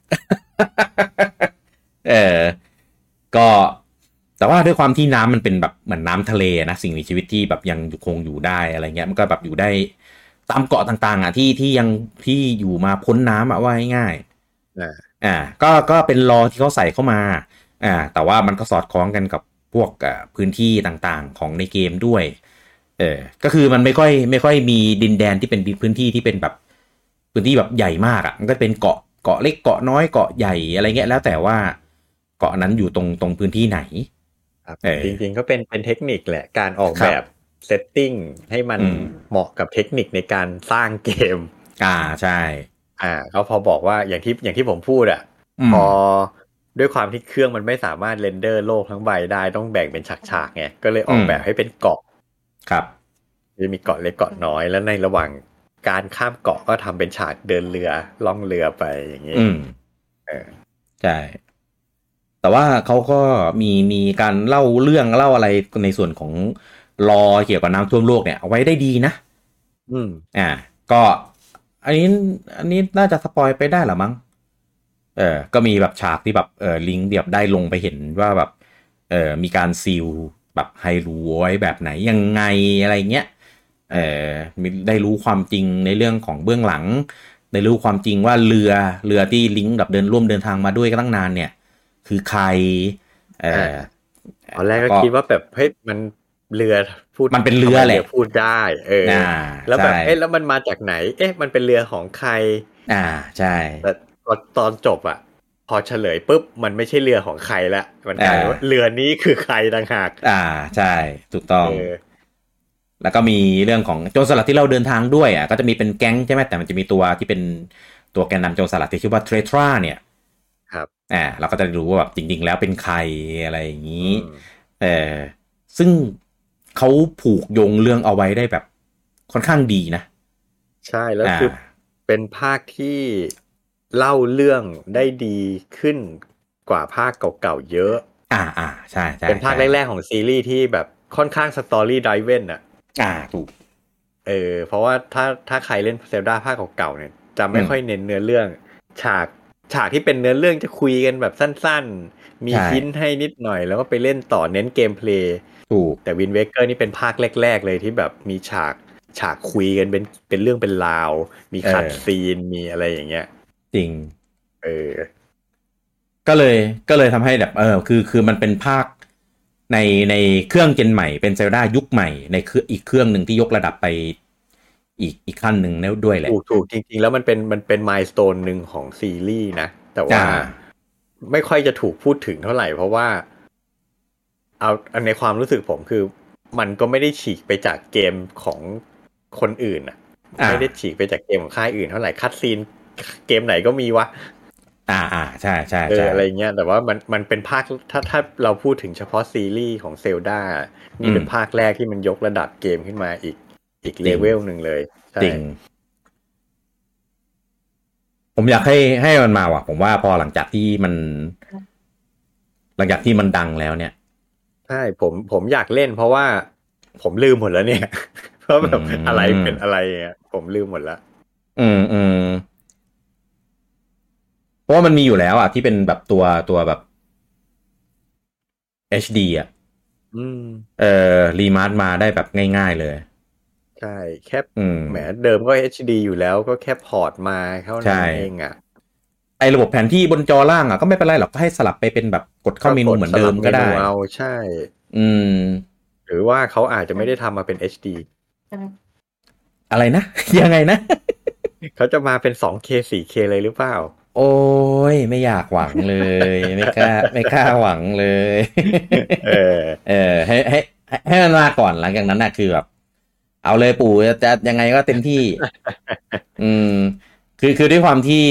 เออก็แต่ว่าด้วยความที่น้ำมันเป็นแบบเหมือนน้ำทะเลนะสิ่งมีชีวิตที่แบบยังคงอยู่ได้อะไรเงี้ยมันก็แบบอยู่ได้ตามเกาะต่างๆอ่ะที่ที่ยังที่อยู่มาพ้นน้ำอ่ะว่าง่ายๆอ่าอ่าก็ก็เป็นรอที่เขาใส่เข้ามาอ่าแต่ว่ามันก็สอดคล้องกันกับพวกอ่าพื้นที่ต่างๆของในเกมด้วยเออก็คือมันไม่ค่อยไม่ค่อยมีดินแดนที่เป็นพื้นที่ที่เป็นแบบพื้นที่แบบใหญ่มากอ่ะมันก็เป็นเกาะเกาะเล็กเกาะน้อยเกาะใหญ่อะไรเงี้ยแล้วแต่ว่าเกาะนั้นอยู่ตรงตรงพื้นที่ไหนครับจริงๆก็เป็นเป็นเทคนิคแหละการออกแบบเซตติ้งให้มันเหมาะกับเทคนิคในการสร้างเกมอ่าใช่อ่าเขาพอบอกว่าอย่างที่อย่างที่ผมพูดอ่ะพอด้วยความที่เครื่องมันไม่สามารถเรนเดอร์โลกทั้งใบได้ต้องแบ่งเป็นฉากๆไงก็เลยออกแบบให้เป็นเกาะครับจะมีเกาะเล็กเกาะน้อยแล้วในระหว่างการข้ามเกาะก็ทำเป็นฉากเดินเรือล่องเรือไปอย่างนี้อืมเออใช่แต่ว่าเขาก็มีมีการเล่าเรื่องเล่าอะไรในส่วนของรอเกี่ยวกับน้ำท่วมโลกเนี่ยเอาไว้ได้ดีนะอืมอ่าก็อันนี้อันนี้น่าจะสปอยไปได้หรอมั้งเออก็มีแบบฉากที่แบบเออลิงก์แบบได้ลงไปเห็นว่าแบบเออมีการซีลแบบไฮรูไว้แบบไหนยังไงอะไรเงี้ยเออมีได้รู้ความจริงในเรื่องของเบื้องหลังได้รู้ความจริงว่าเรือเรือที่ลิงก์กับเดินร่วมเดินทางมาด้วยก็ตั้งนานเนี่ยคือใครเออตอนแรกก็คิดว่าแบบเฮ้ยมันเรือพูดมันเป็นเรือแหละพูดได้เออแล้วแบบเอ๊ะแล้วมันมาจากไหนเอ๊ะมันเป็นเรือของใครอ่าใช่แต่ตอนจบอ่ะพอเฉลยปุ๊บมันไม่ใช่เรือของใครละมันกลายว่าเรือนี้คือใครต่างหากอ่าใช่ถูกต้องแล้วก็มีเรื่องของโจรสลัดที่เราเดินทางด้วยอ่ะก็จะมีเป็นแก๊งใช่ไหมแต่มันจะมีตัวที่เป็นตัวแกนนำโจรสลัดที่ชื่อว่าเทรทราเนี่ยครับอ่าเราก็จะรู้ว่าแบบจริงๆแล้วเป็นใครอะไรอย่างนี้เออซึ่งเขาผูกโยงเรื่องเอาไว้ได้แบบค่อนข้างดีนะใช่แล้วคือเป็นภาคที่เล่าเรื่องได้ดีขึ้นกว่าภาคเก่าๆเยอะอ่าอ่าใช่ใช่เป็นภาคแรกๆของซีรีส์ที่แบบค่อนข้างสตอรี่ไดรเวนอ่ะอ่าถูกเออเพราะว่าถ้าถ้าใครเล่นเซลดาภาคเก่าๆเนี่ยจะไม่ค่อยเน้นเนื้อเรื่องฉากฉากที่เป็นเนื้อเรื่องจะคุยกันแบบสั้นๆมีฮินต์ให้นิดหน่อยแล้วก็ไปเล่นต่อเน้นเกมเพลย์ถูกแต่วินเวเกอร์นี่เป็นภาคแรกๆเลยที่แบบมีฉากฉากคุยกันเป็นเป็นเรื่องเป็นราวมีคัตซีนมีอะไรอย่างเงี้ยจริงเออก็เลยก็เลยทำให้แบบเออคือคือมันเป็นภาคในในเครื่องเจนใหม่เป็นเซลดายุคใหม่ในเครื่องอีกเครื่องหนึ่งที่ยกระดับไปอีกอีกขั้นหนึ่งแล้วด้วยแหละถูกถูกจริงๆแล้วมันเป็นมันเป็นมายสโตนหนึ่งของซีรีส์นะแต่ว่าไม่ค่อยจะถูกพูดถึงเท่าไหร่เพราะว่าเอาในความรู้สึกผมคือมันก็ไม่ได้ฉีกไปจากเกมของคนอื่นอ่ะไม่ได้ฉีกไปจากเกมของค่ายอื่นเท่าไหร่คัตซีนเกมไหนก็มีวะอ่าอ่าใช่ใช่ใช่อะไรเงี้ยแต่ว่ามันมันเป็นภาคถ้าถ้าเราพูดถึงเฉพาะซีรีส์ของเซลดานี่เป็นภาคแรกที่มันยกระดับเกมขึ้นมาอีกอีกเลเวลหนึ่งเลยจริงผมอยากให้ให้มันมาว่ะผมว่าพอหลังจากที่มันหลังจากที่มันดังแล้วเนี่ยใช่ผมผมอยากเล่นเพราะว่าผมลืมหมดแล้วเนี่ยเพราะแบบอะไรเป็นอะไรอ่ะผมลืมหมดแล้วอืมอืมเพราะว่ามันมีอยู่แล้วอ่ะที่เป็นแบบตัวตัวแบบ เอช ดี อ่ะอืมเออรีมาสมาได้แบบง่ายๆเลยใช่แค่แหมเดิมก็ เอช ดี อยู่แล้วก็แค่พอร์ตมาเท่านั้นเองอ่ะไอระบบแผนที่บนจอล่างอ่ะก็ไม่เป็นไรหรอกก็ให้สลับไปเป็นแบบกดเข้าเมนูเหมือนเดิมก็ได้เอาใช่อืมหรือว่าเขาอาจจะไม่ได้ทำมาเป็น เอช ดีอะไรนะยังไงนะเขาจะมาเป็น ทู เค โฟร์ เค เลยหรือเปล่าโอ้ยไม่อยากหวังเลยไม่กล้าไม่กล้าหวังเลยเออเออให้ให้ให้มันมาก่อนหลังจากนั้นน่ะคือแบบเอาเลยปู่จะยังไงก็เต็มที่อืมคือคือด้วยความที่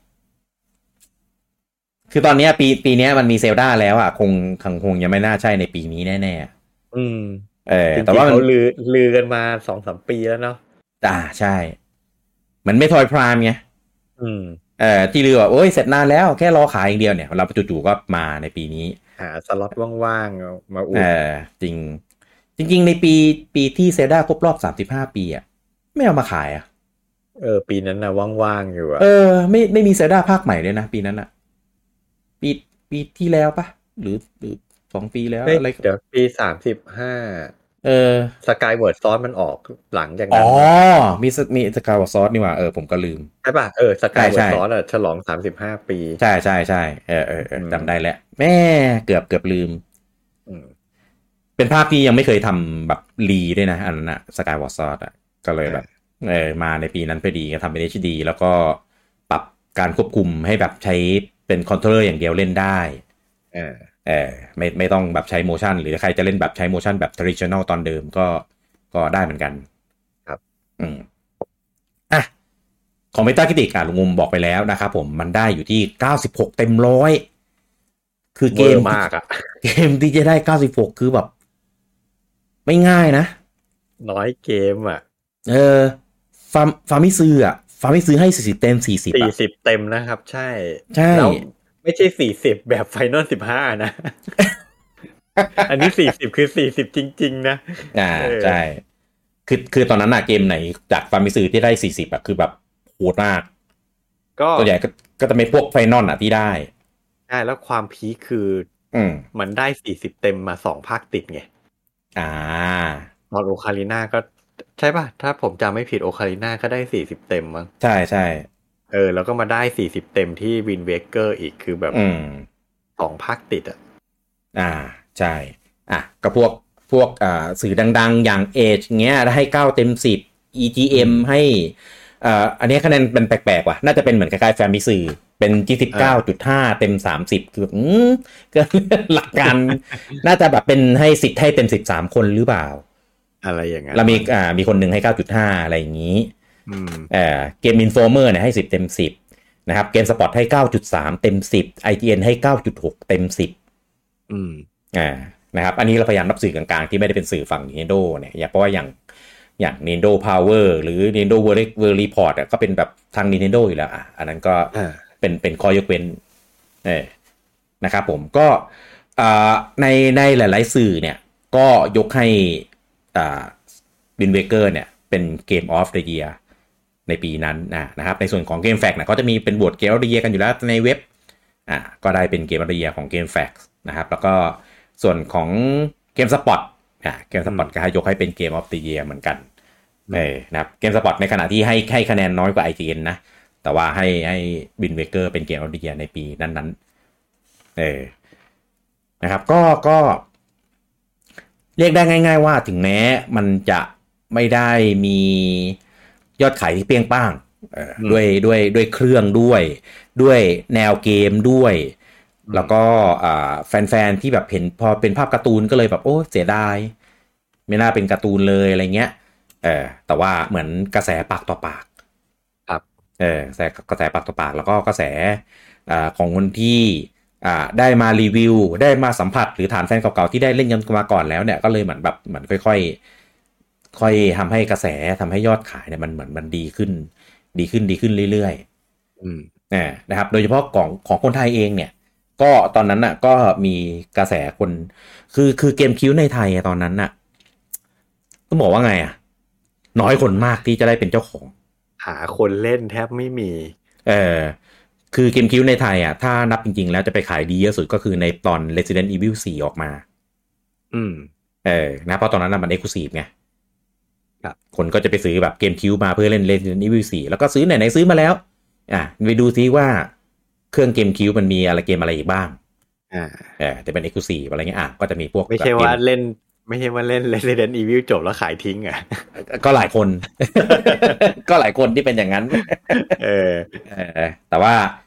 คือตอนนี้ปีปีนี้มันมีเซลดาแล้วอ่ะคงคงคงยังไม่น่าใช่ในปีนี้แน่ๆอืมเออแต่ว่าเขาลือลือกันมา สองสาม ปีแล้วเนาะอ่าใช่เหมือนไม่ทอยพรามไงอืมเออที่ลือว่าโอ้ยเสร็จนานแล้วแค่รอขายอย่างเดียวเนี่ยเราจู่ๆก็มาในปีนี้หาสล็อตว่างๆมาอุดเออจริงจริงๆในปีปีที่เซลดาครบรอบสามสิบห้าปีอ่ะไม่เอามาขายอ่ะเออปีนั้นนะว่างๆอยู่อ่ะเออไม่ไม่มีเซลดาภาคใหม่เลยนะปีนั้นอ่ะปีปีที่แล้วปะหรือหรือสองปีแล้วอะไรเดี๋ยวปีสามสิบห้าเออสกายเวิร์ดซอสมันออกหลังจากนั้นอ๋อมีมีสกายวอร์ซอสนี่ว่าเออผมก็ลืมใช่ป่ะเออสกายเวิร์ดซอสอ่ะฉลองสามสิบห้าปีใช่ใช่ใช่เออเออจำได้แล้วแม่เกือบเกือบลืมเป็นภาพที่ยังไม่เคยทำแบบรีด้วยนะอันนั้นอะสกายวอร์ซอสอะก็เลยแบบเออมาในปีนั้นพอดีก็ทำเป็น เอช ดี แล้วก็ปรับการควบคุมให้แบบใช้เป็นคอนโทรลเลอร์อย่างเดียวเล่นได้เออเออไม่ไม่ต้องแบบใช้โมชั่นหรือใครจะเล่นแบบใช้โมชั่นแบบ traditional ตอนเดิมก็ก็ได้เหมือนกันครับอืมอ่ะของเมตาคิติกอ่ะลุงงมบอกไปแล้วนะครับผมมันได้อยู่ที่เก้าสิบหกเต็มร้อยคือเกมมากอะเกมที่จะได้เก้าสิบหกคือแบบไม่ง่ายนะน้อยเกมอ่ะเออฟาร์มฟาร์มิซื้ออ่ะฟาร์มิซื้อให้สี่สิบเต็มสี่สิบสี่สิบเต็มนะครับใช่ใช่แล้วไม่ใช่สี่สิบแบบไฟนอลสิบห้านะอันนี้สี่สิบคือสี่สิบจริงๆนะอ่าใช่คือคือตอนนั้นอะเกมไหนจากฟาร์มิซื้อที่ได้สี่สิบอะคือแบบโหดมากก็ตัวใหญ่ก็ก็จะเป็นพวกไฟนอลอะที่ได้ใช่แล้วความพีคคืออืมมันได้สี่สิบเต็มมาสองภาคติดไงอ่าตอนโอคาลิน่าก็ใช่ป่ะถ้าผมจำไม่ผิดโอคาลิน่าก็ได้สี่สิบเต็มมั้งใช่ใช่เออแล้วก็มาได้สี่สิบเต็มที่วินเวเกอร์อีกคือแบบอืมสองภาคติดอ่ะอ่าใช่อ่ะก็พวกพวกอ่าสื่อดังๆอย่าง Edge เงี้ยให้เก้าเต็มสิบ อี ที เอ็ม ให้อ่าอันนี้คะแนนเป็นแปลกๆว่ะน่าจะเป็นเหมือนคล้ายๆแฟมิสื่อเป็น ยี่สิบเก้าจุดห้า เต็มสามสิบคืออืมก็หลักการน่าจะแบบเป็นให้สิทธิ์ให้เต็มสิบสามคนหรือเปล่าอะไรอย่างเงี้ยแล้วมีอ่ามีคนหนึ่งให้ เก้าจุดห้า อะไรอย่างนี้อืมเอ่อเกมอินโฟเมอร์เนี่ยให้สิบเต็มสิบนะครับเกมสปอร์ตให้ เก้าจุดสาม เต็มสิบ ไอ ที เอ็น ให้ เก้าจุดหก เต็มสิบอืมอ่านะครับอันนี้เราพยายามนับสื่อกลางๆที่ไม่ได้เป็นสื่อฝั่ง Nintendo เนี่ยอย่างเพราะว่าอย่างอย่าง Nintendo Power หรือ Nintendo World World Report อ่ะก็เป็นแบบทาง Nintendo อยู่แล้วอ่ะอันนั้นก็เป็นเป็นข้อยกเว้นเออนะครับผมก็อ่าในในหลายๆสื่อเนี่ยก็ยกให้อ่าWind Waker เนี่ยเป็น Game of the Year ในปีนั้นนะนะครับในส่วนของ Game Fact เนี่ยเขาจะมีเป็นโหวต Game of the Year กันอยู่แล้วในเว็บอ่าก็ได้เป็น Game of the Year ของ Game Fact นะครับแล้วก็ส่วนของ Game Spot อ่า Game Spot ก็ให้ยกให้เป็น Game of the Year เหมือนกันเออนะครับ Game Spot ในขณะที่ให้ให้คะแนนน้อยกว่า ไอ ที เอ็น นะแต่ว่าให้ให้ Wind Waker เป็น Game of the Year ในปีนั้นๆเออนะครับก็ก็เรียกได้ง่ายๆว่าถึงแม้มันจะไม่ได้มียอดขายที่เปรี้ยงป้างด้วยด้วยด้วยเครื่องด้วยด้วยแนวเกมด้วยแล้วก็แฟนๆที่แบบเห็นพอเป็นภาพการ์ตูนก็เลยแบบโอ้เสียดายไม่น่าเป็นการ์ตูนเลยอะไรเงี้ยเออแต่ว่าเหมือนกระแสปากต่อปากครับเออกระแสกระแสปากต่อปากแล้วก็กระแสอ่าของคนที่อ่าได้มารีวิวได้มาสัมผัสหรือฐานแฟนเก่าๆที่ได้เล่นกันมาก่อนแล้วเนี่ยก็เลยเหมือนแบบเหมือนค่อยๆค่อยทำให้กระแสทำให้ยอดขายเนี่ยมันเหมือนมันดีขึ้นดีขึ้นดีขึ้นเรื่อยๆอืมนะครับโดยเฉพาะของของคนไทยเองเนี่ยก็ตอนนั้นน่ะก็มีกระแสคนคือคือเกมคิวในไทยตอนนั้นน่ะต้องบอกว่าไงอ่ะน้อยคนมากที่จะได้เป็นเจ้าของหาคนเล่นแทบไม่มีเออคือเกมคิวในไทยอ่ะถ้านับจริงๆแล้วจะไปขายดีเยอะสุดก็คือในตอน Resident Evil สี่ออกมาอืมเออนะเพราะตอนนั้นน่ะมัน Exclusive ไงครับคนก็จะไปซื้อแบบเกมคิวมาเพื่อเล่น Resident Evil สี่แล้วก็ซื้อไหนๆซื้อมาแล้วอ่ะไปดูซิว่าเครื่องเกมคิวมันมีอะไรเกมอะไรอีกบ้างอ่าเออแต่เป็น Exclusive อะไรเงี้ยอ่ะก็จะมีพวกไม่ใช่ว่าเล่นไม่ใช่ว่าเล่น Resident Evil จบแล้วขายทิ้งอ่ะก็หลายคน ก็หลายคนที่เป็นอย่างนั้นเออเออแต่ว่า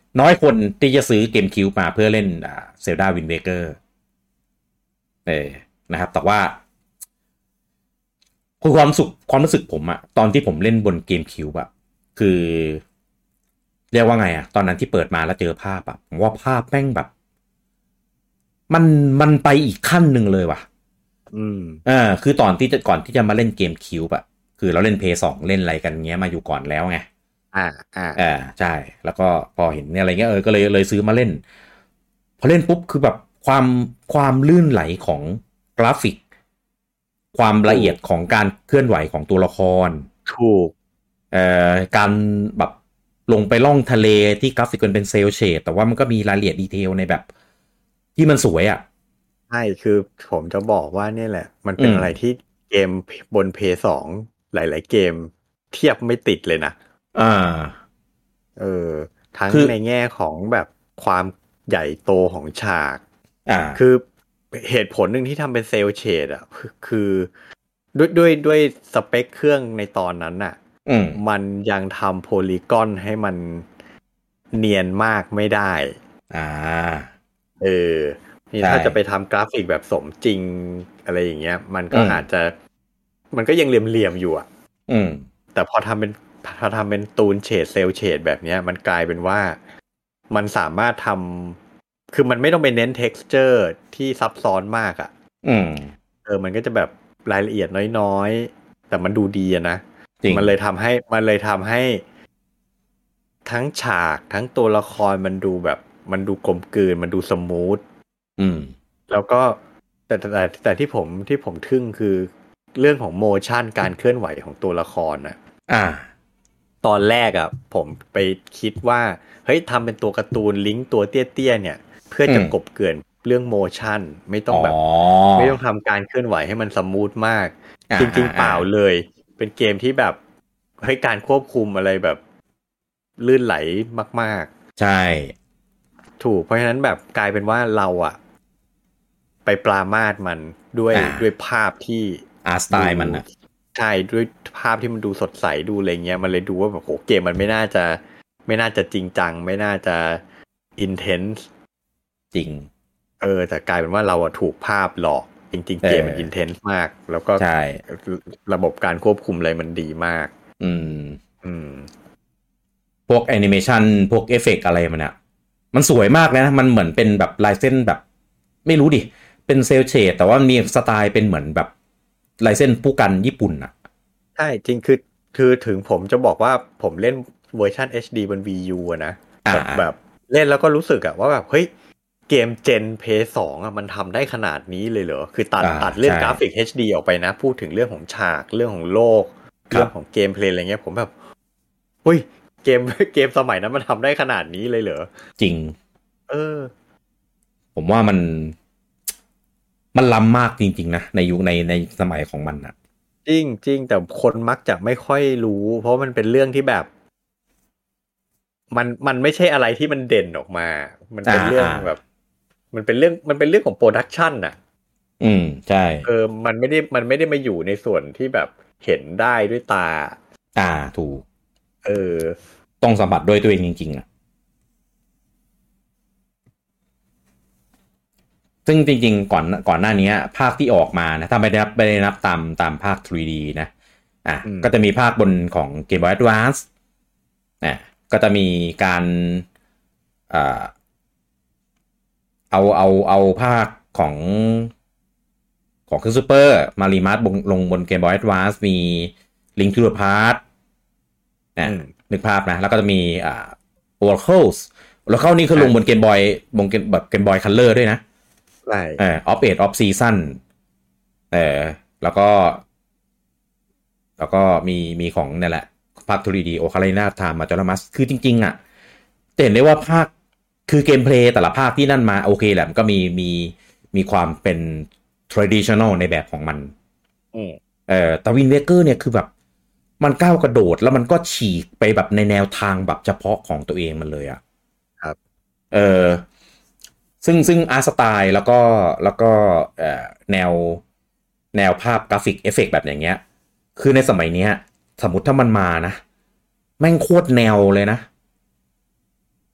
น้อยคนที่จะซื้อเกมคิวมาเพื่อเล่นอ่า Zelda Wind Waker เออนะครับแต่ว่าคือความสุขความรู้สึกผมอะตอนที่ผมเล่นบนเกมคิวอะคือเรียกว่าไงอะตอนนั้นที่เปิดมาแล้วเจอภาพอะผมว่าภาพแม่งแบบมันมันไปอีกขั้นหนึ่งเลยว่ะอืมอ่าคือตอนที่จะก่อนที่จะมาเล่นเกมคิวอะคือเราเล่นเพย์สองเล่นอะไรกันเงี้ยมาอยู่ก่อนแล้วไงอ่าอ่าอ่าใช่แล้วก็พอเห็นเนี่ยอะไรเงี้ยเออก็เลยเลยซื้อมาเล่นพอเล่นปุ๊บคือแบบความความลื่นไหลของกราฟิกความละเอียดของการเคลื่อนไหวของตัวละครถูกเอ่อการแบบลงไปล่องทะเลที่กราฟิกมันเป็นเซลเชดแต่ว่ามันก็มีรายละเอียดดีเทลในแบบที่มันสวยอ่ะใช่คือผมจะบอกว่าเนี่ยแหละมันเป็นอะไรที่เกมบนเพย์สองหลายๆเกมเทียบไม่ติดเลยนะอ่าเออทั้งคือในแง่ของแบบความใหญ่โตของฉากอ่าคือเหตุผลหนึ่งที่ทำเป็นเซลเชดอ่ะคือด้วยด้วยด้วยสเปคเครื่องในตอนนั้นน่ะมันยังทำโพลีกอนให้มันเนียนมากไม่ได้อ่าเออนี่ถ้าจะไปทำกราฟิกแบบสมจริงอะไรอย่างเงี้ยมันก็อาจจะมันก็ยังเหลี่ยมๆอยู่อ่ะอืมแต่พอทำเป็นพอทำเป็นตูนเฉดเซลเฉดแบบเนี้ยมันกลายเป็นว่ามันสามารถทำคือมันไม่ต้องไปเน้น texture ที่ซับซ้อนมากอ่ะอืมเออมันก็จะแบบรายละเอียดน้อยๆแต่มันดูดีอะนะมันเลยทำให้มันเลยทำให้ทั้งฉากทั้งตัวละครมันดูแบบมันดูกลมกลืนมันดูสมูทอืมแล้วก็แต่แต่แต่ที่ผมที่ผมทึ่งคือเรื่องของโมชั่นการเคลื่อนไหวของตัวละครน่ะอ่าตอนแรกอ่ะผมไปคิดว่าเฮ้ยทำเป็นตัวการ์ตูนลิงก์ตัวเตี้ยๆเนี่ยเพื่อจะกบเกลื่อนเรื่องโมชั่นไม่ต้องแบบไม่ต้องทำการเคลื่อนไหวให้มันสมูทมากจริงๆเปล่าเลยเป็นเกมที่แบบเฮ้ยการควบคุมอะไรแบบลื่นไหลมากๆใช่ถูกเพราะฉะนั้นแบบกลายเป็นว่าเราอ่ะไปปรามาสมันด้วยด้วยภาพที่อาร์ตสไตล์มันอ่ะใช่ด้วยภาพที่มันดูสดใสดูอะไรเงี้ยมันเลยดูว่าแบบโหเกมมันไม่น่าจะไม่น่าจะจริงจังไม่น่าจะอินเทนส์จริงเออแต่กลายเป็นว่าเราอะถูกภาพหลอกจริงๆเกมมันอินเทนส์มากแล้วก็ระบบการควบคุมอะไรมันดีมากอืมอืมพวกแอนิเมชันพวกเอฟเฟกต์อะไรมันอ่ะมันสวยมากนะมันเหมือนเป็นแบบลายเส้นแบบไม่รู้ดิเป็นเซลเชดแต่ว่ามีสไตล์เป็นเหมือนแบบลายเส้นผู้กันญี่ปุ่นอ่ะใช่จริงคือคือถึงผมจะบอกว่าผมเล่นเวอร์ชัน เอช ดี บน วี ยู อะนะแบบแบบเล่นแล้วก็รู้สึกอะว่าแบบเฮ้ยเกมเจน พี เอส สองอะมันทำได้ขนาดนี้เลยเหรอคือตัดตัดเรื่องกราฟิก เอช ดี ออกไปนะพูดถึงเรื่องของฉากเรื่องของโลกเรื่องของเกมเพลย์อะไรเงี้ยผมแบบเฮ้ยเกมเกมสมัยนั้นมันทำได้ขนาดนี้เลยเหรอจริงเออผมว่ามันมันล้ำมากจริงๆนะในยุคในในสมัยของมันอ่ะจริงจริงแต่คนมักจะไม่ค่อยรู้เพราะมันเป็นเรื่องที่แบบมันมันไม่ใช่อะไรที่มันเด่นออกมา มันเป็นเรื่องแบบมันเป็นเรื่องมันเป็นเรื่องของโปรดักชันน่ะอืมใช่เออมันไม่ได้มันไม่ได้มาอยู่ในส่วนที่แบบเห็นได้ด้วยตาอ่าถูกเออต้องสัมผัสด้วยตัวเองจริงๆอ่ะซึ่งจริงๆก่อนก่อนหน้านี้ภาคที่ออกมานะถ้าไม่ได้นับไม่ได้นับตามตามภาค ทรี ดี นะอ่ะก็จะมีภาคบนของ Game Boy Advance อ่ะก็จะมีการอ่าเอาเอาเอาภาคของของเครื่องซูเปอร์มารีมาสลงบน Game Boy Advance มี Link to the Past นะนึกภาพนะแล้วก็จะมีอ่า Oracles Oracle นี่คือลงบน Game Boy บนเกมแบบ Game Boy Color ด้วยนะใช่เออ Off Age Off Season เออแล้วก็แล้วก็มีมีของนี่แหละภาค ทรี ดี Ocarina of Time Majora's Mask คือจริงๆอ่ะจะเห็นได้ว่าภาคคือเกมเพลย์แต่ละภาคที่นั่นมาโอเคแหละมันก็มีมีมีความเป็น traditional ในแบบของมันเออแต่วินเวเกอร์เนี่ยคือแบบมันก้าวกระโดดแล้วมันก็ฉีกไปแบบในแนวทางแบบเฉพาะของตัวเองมันเลยอ่ะครับเออซึ่งซึ่งอาร์ตสไตล์แล้วก็แล้วก็เอ่อแนวแนวภาพกราฟิกเอฟเฟกต์แบบอย่างเงี้ยคือในสมัยเนี้ยสมมติถ้ามันมานะแม่งโคตรแนวเลยนะ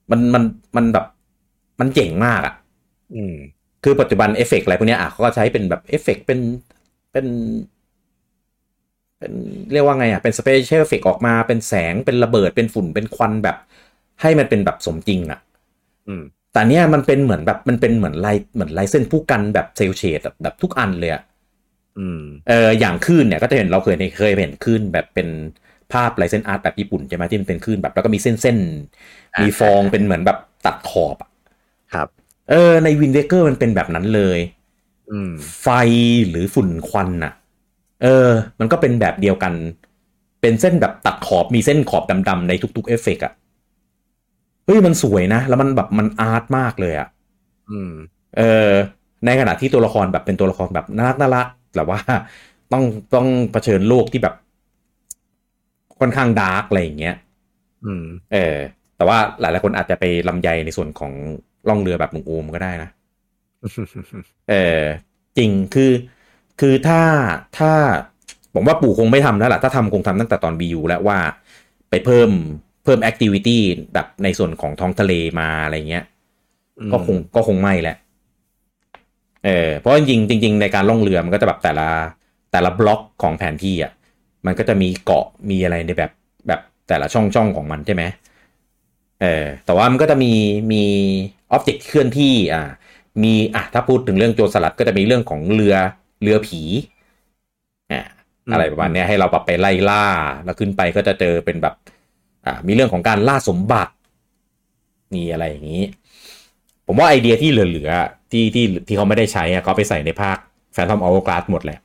มันมันมันแบบมันเจ๋งมากอ่ะอืมคือปัจจุบันเอฟเฟกต์อะไรพวกนี้อ่ะเขาก็ใช้เป็นแบบเอฟเฟกต์เป็นเป็นเป็นเรียกว่าไงอ่ะเป็นสเปเชียลเอฟเฟกต์ออกมาเป็นแสงเป็นระเบิดเป็นฝุ่นเป็นควันแบบให้มันเป็นแบบสมจริงอ่ะอืมแต่เนี้ยมันเป็นเหมือนแบบมันเป็นเหมือนลายเหมือนลายเส้นผู้กันแบบเซลเชดแบบทุกอันเลยอ่ะอืมเอออย่างคลื่นเนี่ยก็จะเห็นเราเคยเคยเห็นคลื่นแบบเป็นภาพลายเส้นอาร์ตแบบญี่ปุ่นใช่ไหมที่มันเป็นคลื่นแบบแล้วก็มีเส้นเส้นมีฟองเป็นเหมือนแบบตัดขอบอ่ะครับเออในวินเวเกอร์มันเป็นแบบนั้นเลยอืมไฟหรือฝุ่นควันน่ะเออมันก็เป็นแบบเดียวกันเป็นเส้นแบบตัดขอบมีเส้นขอบดำๆในทุกๆเอฟเฟกต์อ่ะเฮ้ยมันสวยนะแล้วมันแบบมันอาร์ตมากเลยอ่ะอืมเออในขณะที่ตัวละครแบบเป็นตัวละครแบบน่ารักน่ารักแบบว่าต้องต้องเผชิญโลกที่แบบค่อนข้างดาร์กอะไรอย่างเงี้ยอืมเออแต่ว่าหลายๆคนอาจจะไปลำใยในส่วนของล่องเรือแบบลุงโอมก็ได้นะเออจริงคือคือถ้าถ้าผมว่าปู่คงไม่ทำแล้วล่ะถ้าทำคงทำตั้งแต่ตอน บี ยู แล้วว่าไปเพิ่มเพิ่มแอคทิวิตี้แบบในส่วนของท้องทะเลมาอะไรเงี้ยก็คงก็คงไม่แหละเออเพราะจริงจริงๆในการล่องเรือมันก็จะแบบแต่ละแต่ละบล็อกของแผนที่อ่ะมันก็จะมีเกาะมีอะไรในแบบแบบแต่ละช่องช่องของมันใช่ไหมเออแต่ว่ามันก็จะมีมีอ็อบเจกต์เคลื่อนที่อ่ามีอ่ะถ้าพูดถึงเรื่องโจรสลัดก็จะมีเรื่องของเรือเรือผีอ่าอะไรประมาณนี้ให้เราแบบไปไล่ล่าแล้วขึ้นไปก็จะเจอเป็นแบบอ่ามีเรื่องของการล่าสมบัติมีอะไรอย่างนี้ผมว่าไอเดียที่เหลือๆที่ที่ที่เขาไม่ได้ใช้อะเขาไปใส่ในภาค Phantom Hourglass หมดแหละ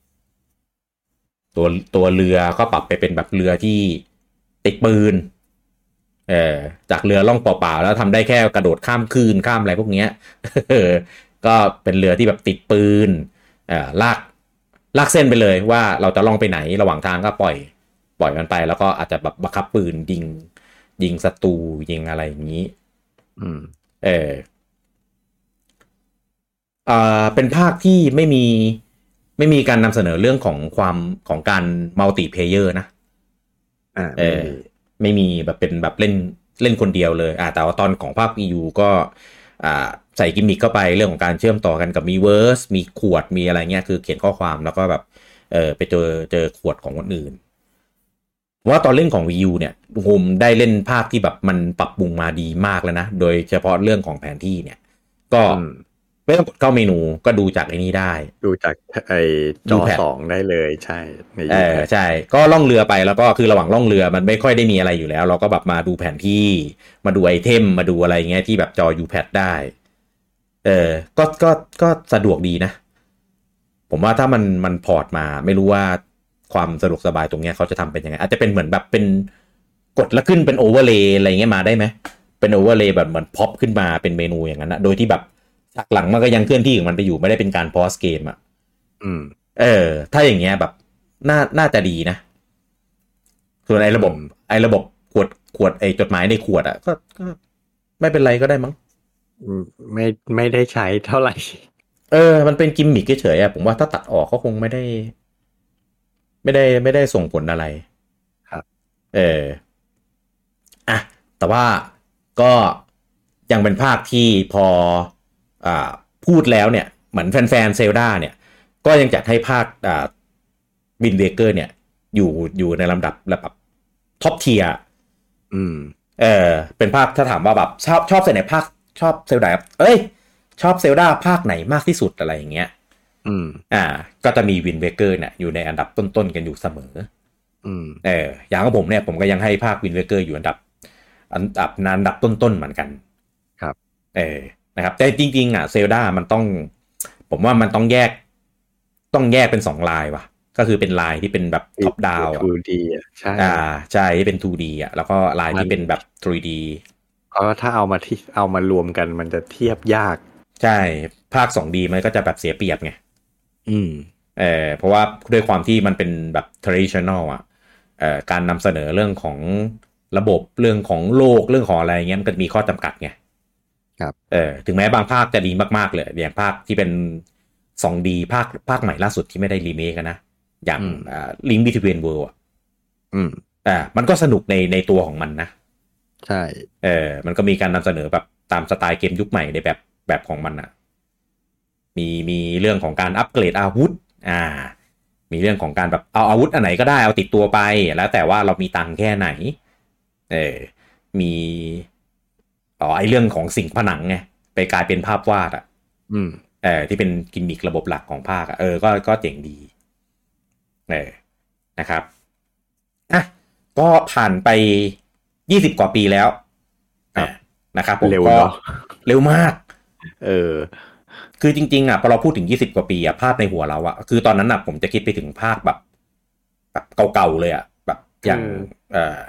ตัวตัวเรือก็ปรับไปเป็นแบบเรือที่ติดปืนเออจากเรือล่องเปล่าๆแล้วทำได้แค่กระโดดข้ามคลื่นข้ามอะไรพวกเนี้ยก็เป็นเรือที่แบบติดปืนเอ่อลากลากเส้นไปเลยว่าเราจะล่องไปไหนระหว่างทางก็ปล่อยปล่อยมันไปแล้วก็อาจจะแบบบังคับปืนยิงยิงศัตรูยิงอะไรอย่างนี้อืมเอออ่าเป็นภาคที่ไม่มีไม่มีการนำเสนอเรื่องของความของการมัลติเพลเยอร์นะอ่าเออไม่มีแบบเป็นแบบเล่นเล่นคนเดียวเลยอ่าแต่ว่าตอนของภาค วี ยู ก็อ่าใส่กิมมิคเข้าไปเรื่องของการเชื่อมต่อกันกับมีเวิร์สมีขวดมีอะไรเงี้ยคือเขียนข้อความแล้วก็แบบเออไปเจอเจอขวดของคนอื่นว่าตอนเล่นของ วี ยู เนี่ยผมได้เล่นภาคที่แบบมันปรับปรุงมาดีมากแล้วนะโดยเฉพาะเรื่องของแผนที่เนี่ยก็ไม่ต้องกดเข้าเมนูก็ดูจากไอ้นี้ได้ดูจากไอ้จอสองได้เลยใช่ในเออใช่ก็ล่องเรือไปแล้วก็คือระหว่างล่องเรือมันไม่ค่อยได้มีอะไรอยู่แล้วเราก็แบบมาดูแผนที่มาดูไอเทมมาดูอะไรเงี้ยที่แบบจอ ยู แพด ได้เออก็ก็ก็สะดวกดีนะผมว่าถ้ามันมันพอร์ตมาไม่รู้ว่าความสะดวกสบายตรงเนี้ยเขาจะทำเป็นยังไงอาจจะเป็นเหมือนแบบเป็นกดแล้วขึ้นเป็นโอเวอร์เลย์อะไรเงี้ยมาได้ไหมเป็นโอเวอร์เลย์แบบเหมือนพ็อปขึ้นมาเป็นเมนูอย่างนั้นนะโดยที่แบบฉากหลังมันก็ยังเคลื่อนที่ของมันไปอยู่ไม่ได้เป็นการพอสเกมอ่ะอืมเออถ้าอย่างเงี้ยแบบน่าน่าจะดีนะส่วนไอ้ระบบไอ้ระบบขวดขวดไอ้จดหมายในขวดอ่ะก็ก็ไม่เป็นไรก็ได้มั้งไม่ไม่ได้ใช้เท่าไหร่เออมันเป็นกิมมิคเฉยๆอ่ะผมว่าถ้าตัดออกก็คงไม่ได้ไม่ได้ไม่ได้ส่งผลอะไรครับเอออ่ะแต่ว่าก็ยังเป็นภาคที่พออ่าพูดแล้วเนี่ยเหมือนแฟนๆเซลดาเนี่ยก็ยังจัดให้ภาคอ่าวินเวเกอร์เนี่ยอยู่อยู่ในลำดับระดับท็อปเทียร์อืมเออเป็นภาคถ้าถามว่าแบบชอบชอบเซลไหนภาคชอบเซลดาเอ้ยชอบเซลดาภาคไหนมากที่สุดอะไรอย่างเงี้ยอืมอ่าก็จะมีวินเวเกอร์เนี่ยอยู่ในอันดับต้นๆกันอยู่เสมออืมเอออย่างของผมเนี่ยผมก็ยังให้ภาควินเวเกอร์อยู่อันดับอันดับนอันดับต้นๆเหมือนกันครับเออนะครับแต่จริงๆอ่ะเซลดามันต้องผมว่ามันต้องแยกต้องแยกเป็นสองลายว่ะก็คือเป็นลายที่เป็นแบบท็อปดาวน์ทู ดี อ่ะใช่อ่าใช่ที่เป็น ทู ดี อ่ะแล้วก็ลายที่เป็นแบบ ทรี ดีเพราะถ้าเอามาที่เอามารวมกันมันจะเทียบยากใช่ภาค ทู ดี มันก็จะแบบเสียเปรียบไงอืมเออเพราะว่าด้วยความที่มันเป็นแบบ traditional อ่ะเอ่อการนำเสนอเรื่องของระบบเรื่องของโลกเรื่องของอะไรเงี้ยมันก็มีข้อจำกัดไงครับเออถึงแม้บางภาคจะดีมากๆเลยอย่างภาคที่เป็น ทู ดี ภาคภาคใหม่ล่าสุดที่ไม่ได้รีเมคนะอย่างอ่า Link Between Worlds อ่ะอืมอ่ามันก็สนุกในในตัวของมันนะใช่เออมันก็มีการนำเสนอแบบตามสไตล์เกมยุคใหม่ในแบบแบบของมันอ่ะมีมีเรื่องของการอัปเกรดอาวุธอ่ามีเรื่องของการแบบเอาอาวุธอันไหนก็ได้เอาติดตัวไปแล้วแต่ว่าเรามีตังค์แค่ไหนเออมีอ๋อไอเรื่องของสิ่งผนังไงไปกลายเป็นภาพวาดอ่ะอืมเออที่เป็นกิมมิคระบบหลักของภาคอ่ะเออก็ก็เจ๋งดีเออนะครับอ่ะก็ผ่านไปยี่สิบกว่าปีแล้วนะครับผมเร็วก็เนาะเร็วมากเออคือจริงๆอ่ะพอเราพูดถึงยี่สิบกว่าปีอ่ะภาพในหัวเราอ่ะคือตอนนั้นอ่ะผมจะคิดไปถึงภาคแบบแบบเก่าๆเลยอ่ะแบบอย่างเอ่อ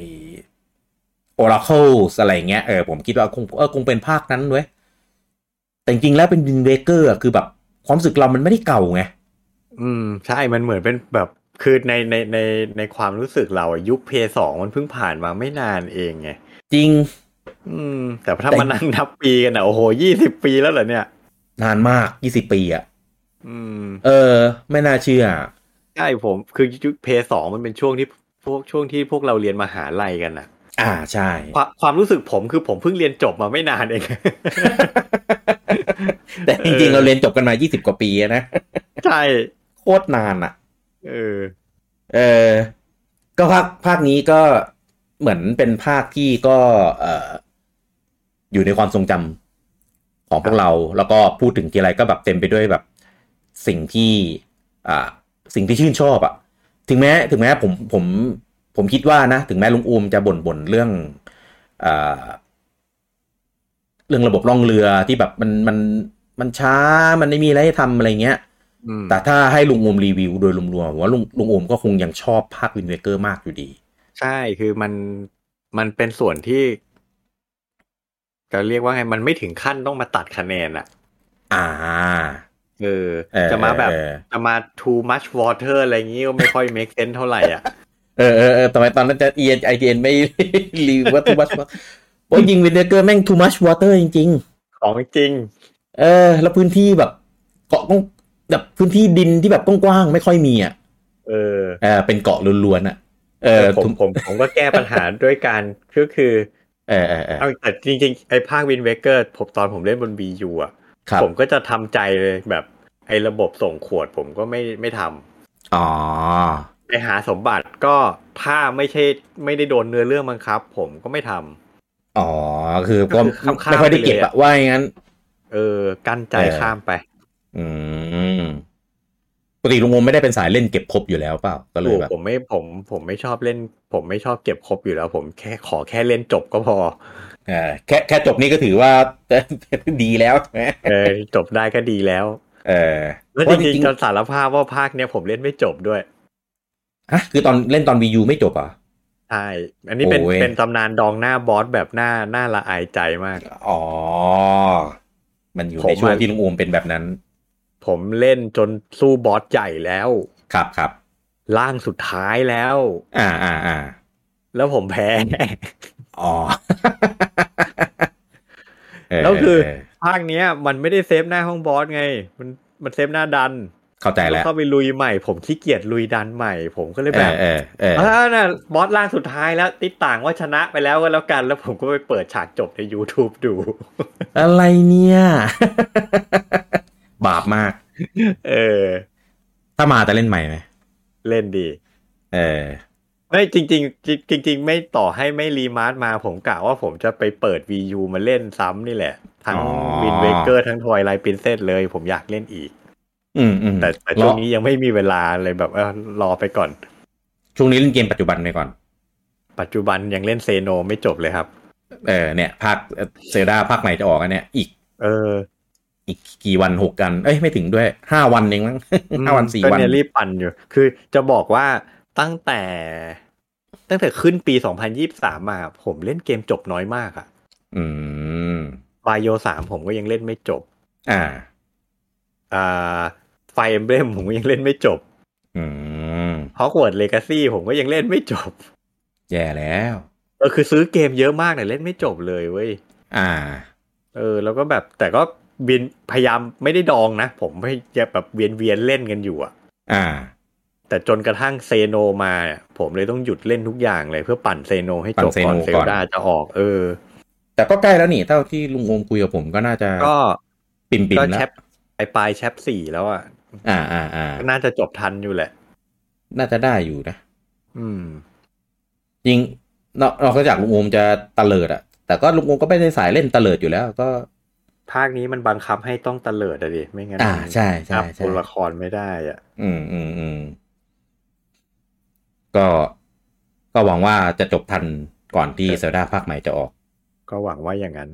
Oracle อะไรเงี้ยเออผมคิดว่าคงเออคงเป็นภาคนั้นเว้ยแต่จริงๆแล้วเป็น Wind Waker อ่ะคือแบบความรู้สึกเรามันไม่ได้เก่าไงอืมใช่มันเหมือนเป็นแบบคือในในในในความรู้สึกเรายุค พี เอส สองมันเพิ่งผ่านมาไม่นานเองไงจริงอืมแต่ถ้ามานั่งนับปีกันอ่ะโอ้โหยี่สิบปีแล้วเหรอเนี่ยนานมากยี่สิบปีอ่ะอืมเออไม่น่าเชื่อใช่ผมคือยุค พี เอส สองมันเป็นช่วงที่พวกช่วงที่พวกเราเรียนมหาลัยกันอ่ะอ่าใช่ความความรู้สึกผมคือผมเพิ่งเรียนจบมาไม่นานเองแต่จริงๆเราเรียนจบกันมายี่สิบกว่าปีนะใช่โคตรนานอ่ะเออเออก็ภาคภาคนี้ก็เหมือนเป็นภาคที่ก็เอ่ออยู่ในความทรงจำของพวกเราแล้วก็พูดถึงทีไรก็แบบเต็มไปด้วยแบบสิ่งที่อ่าสิ่งที่ชื่นชอบอ่ะถึงแม้ถึงแม้ผมผมผมคิดว่านะถึงแม้ลุงอูมจะบ่นบ่นเรื่องอ่าเรื่องระบบล่องเรือที่แบบมันมันมันช้ามันไม่มีอะไรให้ทำอะไรเงี้ยแต่ถ้าให้ลุงอูมรีวิวโดยรวมๆว่าลุงลุงอูมก็คงยังชอบภาควินเวเกอร์มากอยู่ดีใช่คือมันมันเป็นส่วนที่จะเรียกว่าไงมันไม่ถึงขั้นต้องมาตัดคะแนนอ่ะอ่าเออจะมาแบบจะมา too much water อะไรอย่างงี้ก็ไม่ค่อย make sense เท่าไหร่อ่ะเออเออเออทำไมตอนนั้นจะ เอ ไอ ที เอ็น ไม่รีวิวว่า too much water โอ้ยิงวินเวเกอร์แม่ง too much water จริงๆของจริงเออแล้วพื้นที่แบบเกาะแบบพื้นที่ดินที่แบบกว้างๆไม่ค่อยมีอ่ะเออเออเป็นเกาะล้วนๆอ่ะเออผมผมผมก็แก้ปัญหาด้วยการก็คือเออเออเออแต่จริงๆไอ้ภาควินเวเกอร์ผมตอนผมเล่นบน วี ยู อ่ะผมก็จะทำใจเลยแบบไอ้ระบบส่งขวดผมก็ไม่ไม่ทำอ๋อไปหาสมบัติก็ถ้าไม่ใช่ไม่ได้โดนเนื้อเรื่องบังคับผมก็ไม่ทำอ๋อคือก็ไม่ค่อยได้เก็บอะว่าอย่างนั้นเออกั้นใจข้ามไปอืมปกติลุงงมไม่ได้เป็นสายเล่นเก็บครบอยู่แล้วเปล่าก็เลยแบบผมไม่ผมผมไม่ชอบเล่นผมไม่ชอบเก็บครบอยู่แล้วผมแค่ขอแค่เล่นจบก็พอเออแค่แค่จบนี่ก็ถือว่าดีแล้วเออจบได้ก็ดีแล้วเออแล้วจริงๆจะสารภาพว่าภาคเนี้ยผมเล่นไม่จบด้วยอ่ะคือตอนเล่นตอน วี ยู ไม่จบอ่ะใช่อันนี้เป็นเป็นตำนานดองหน้าบอสแบบหน้าหน้าละอายใจมากอ๋อมันอยู่ในช่วงที่ลุงโอมเป็นแบบนั้นผมเล่นจนสู้บอสใหญ่แล้วครับครับร่างสุดท้ายแล้วอ่าอ่าอ่าแล้วผมแพ้อ๋อแล้วคือภาคเนี้ยมันไม่ได้เซฟหน้าห้องบอสไงมันมันเซฟหน้าดันเข้าใจแล้วเข้าไปลุยใหม่ผมขี้เกียจลุยดันใหม่ผมก็เลยแบบเออเออเออน่ะบอสล่างสุดท้ายแล้วติดต่างว่าชนะไปแล้วก็แล้วกันแล้วผมก็ไปเปิดฉากจบใน YouTube ดูอะไรเนี่ยบาปมากเออถ้ามาจะเล่นใหม่ไหมเล่นดีเออไม่จริงจริงจริงจริงไม่ต่อให้ไม่รีมาร์ทมาผมกะว่าผมจะไปเปิด วี ยู มาเล่นซ้ำนี่แหละทั้งวินเวเกอร์ทั้งทอยไลท์ปรินเซสเลยผมอยากเล่นอีกอืมอืมแต่แต่ช่วงนี้ยังไม่มีเวลาเลยแบบว่ารอไปก่อนช่วงนี้เล่นเกมปัจจุบันไปก่อนปัจจุบันยังเล่นเซโนไม่จบเลยครับเออเนี่ยภาคเซลดาภาคใหม่จะออกอันเนี้ยอีกเอออีกกี่วันหกกันเอ้ยไม่ถึงด้วยห้าวันเองมั้งห้าวันสี่วันก็เนี่ยรีบปั่นอยู่คือจะบอกว่าตั้งแต่ตั้งแต่ขึ้นปีสองพันยี่สิบสามมาผมเล่นเกมจบน้อยมากอ่ะอืมไบโอสามผมก็ยังเล่นไม่จบอ่าอ่าไฟเอ็มเบลมผมก็ยังเล่นไม่จบอืมฮอกวอตส์เลกาซี่ผมก็ยังเล่นไม่จบแย่แล้วเออคือซื้อเกมเยอะมากแต่เล่นไม่จบเลยเว้ยอ่าเออแล้วก็แบบแต่ก็บินพยายามไม่ได้ดองนะผมไม่จะแบบเวียนเวียนเล่นกันอยู่อ่ะอ่าแต่จนกระทั่งเซโนมาผมเลยต้องหยุดเล่นทุกอย่างเลยเพื่อปั่นเซโนให้จบก่อนเซลดาจะออกเออแต่ก็ใกล้แล้วนี่เท่าที่ลุงโอมคุยกับผมก็น่าจะก็ปิ่มๆแล้วไปปลายแชปสี่แล้วอ่ะอ่าอ่าอ่าน่าจะจบทันอยู่แหละน่าจะได้อยู่นะอืมจริงนอกนอกจากลุงโอมจะตะเลิดอ่ะแต่ก็ลุงโอมก็ไม่ได้สายเล่นตะเลิดอยู่แล้วก็ภาคนี้มันบังคับให้ต้องตะเลิดอะดิไม่งั้นอ่าใช่ใช่ใช่ตัวละครไม่ได้อ่ะอืมอืมอืมก็ก็หวังว่าจะจบทันก่อนที่เซลดาภาคใหม่จะออกก็หวังว่าอย่างนั้น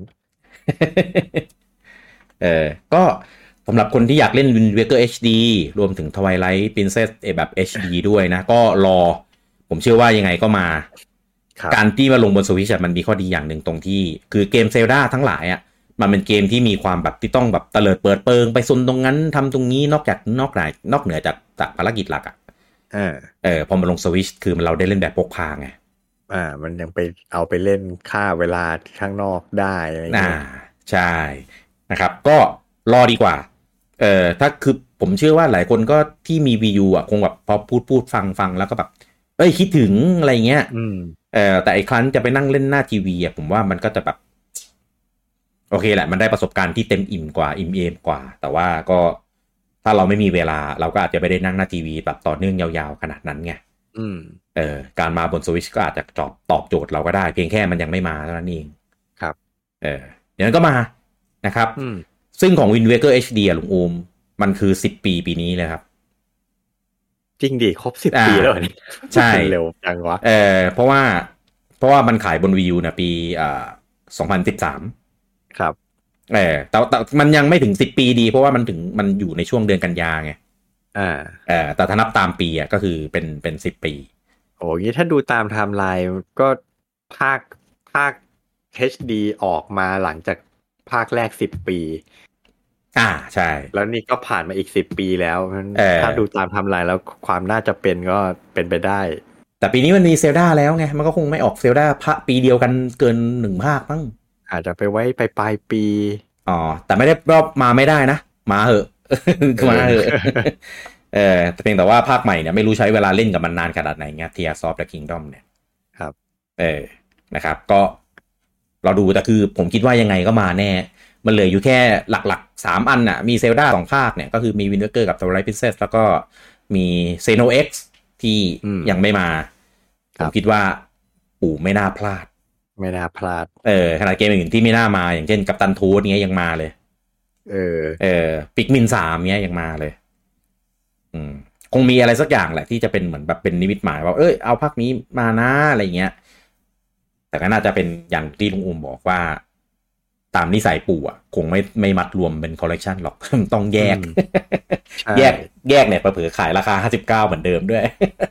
เออก็สำหรับคนที่อยากเล่น Wind Waker เอช ดี รวมถึง Twilight Princess แบบ เอช ดี ด้วยนะก็รอผมเชื่อว่ายังไงก็มาการที่มาลงบน Switch มันมีข้อดีอย่างหนึ่งตรงที่คือเกม Zelda ทั้งหลายอ่ะมันเป็นเกมที่มีความแบบที่ต้องแบบเตลิดเปิดเปิงไปซนตรงนั้นทำตรงนี้นอกจากนอกไหนนอกเหนือจากจากภารกิจหลักอ่ะเออเออพอมาลง Switch คือเราได้เล่นแบบพกพาไงอ่ามันยังไปเอาไปเล่นค่าเวลาข้างนอกได้อะไรอย่างเงี้ยใช่นะครับก็รอดีกว่าเออถ้าคือผมเชื่อว่าหลายคนก็ที่มี Wii U อ่ะคงแบบพอพูดพูดฟังฟังแล้วก็แบบเอ้ยคิดถึงอะไรเงี้ยเออแต่อีกครั้งจะไปนั่งเล่นหน้าทีวีอ่ะผมว่ามันก็จะแบบโอเคแหละมันได้ประสบการณ์ที่เต็มอิ่มกว่าอิ่มเอมกว่าแต่ว่าก็ถ้าเราไม่มีเวลาเราก็อาจจะไม่ได้นั่งหน้าทีวีแบบต่อเนื่องยาวๆขนาดนั้นไงเออการมาบน Switch ก็อาจจะตอบตอบโจทย์เราก็ได้เพียงแค่มันยังไม่มาเท่านั้นเองครับเอออย่างนั้นก็มานะครับซึ่งของ Wind Waker เอช ดี อ่ะลุงโอมมันคือสิบปีปีนี้เลยครับจริงดิครบสิบปีแล้วนี่ใช่เร็วจังวะเออเพราะว่าเพราะว่ามันขายบน Wii U นะปีอ่าสองพันสิบสามครับเออแต่แต่มันยังไม่ถึงสิบปีดีเพราะว่ามันถึงมันอยู่ในช่วงเดือนกันยาไงอ่าเออแต่ถ้านับตามปีอ่ะก็คือเป็นเป็นสิบปีโอ้ยถ้าดูตามไทม์ไลน์ก็ภาคภาค เอช ดี ออกมาหลังจากภาคแรกสิบปีอ่าใช่แล้วนี่ก็ผ่านมาอีกสิบปีแล้วถ้าดูตามไทม์ไลน์แล้วความน่าจะเป็นก็เป็นไปได้แต่ปีนี้มันมีเซลดาแล้วไงมันก็คงไม่ออกเซลดาภาคปีเดียวกันเกินหนึ่งภาคมั้งอาจจะไปไว้ไปปลายปีอ๋อแต่ไม่ได้รอบมาไม่ได้นะมาเหอะคือมาเหอะเออแต่เพียงแต่ว่าภาคใหม่เนี่ยไม่รู้ใช้เวลาเล่นกับมันนานขนาดไหนเงี้ย Tears of the Kingdom เนี่ยครับเออนะครับก็เราดูแต่คือผมคิดว่ายังไงก็มาแน่มันเหลืออยู่แค่หลักๆสามอันน่ะมีเซลดาสองภาคเนี่ยก็คือมี Wind Waker กับ Twilight Princess แล้วก็มี Xeno X ที่ยังไม่มาผมคิดว่าปู่ไม่น่าพลาดไม่น่าพลาดเออขนาดเกมอื่นที่ไม่น่ามาอย่างเช่นกัปตันทูธเงี้ยยังมาเลยเออเออปิกมินสามเงี้ยยังมาเลยอืมคงมีอะไรสักอย่างแหละที่จะเป็นเหมือนแบบเป็นนิมิตหมายว่าเอ้ยเอาภาคนี้มานะอะไรเงี้ยแต่ก็น่าจะเป็นอย่างที่ลุงอุ้มบอกว่าตามนิสัยปู่อ่ะคงไม่ไม่มัดรวมเป็นคอลเลกชันหรอกต้องแยกแยกแยกเนี่ยเผื่อขายราคาห้าสิบเก้าเหมือนเดิมด้วย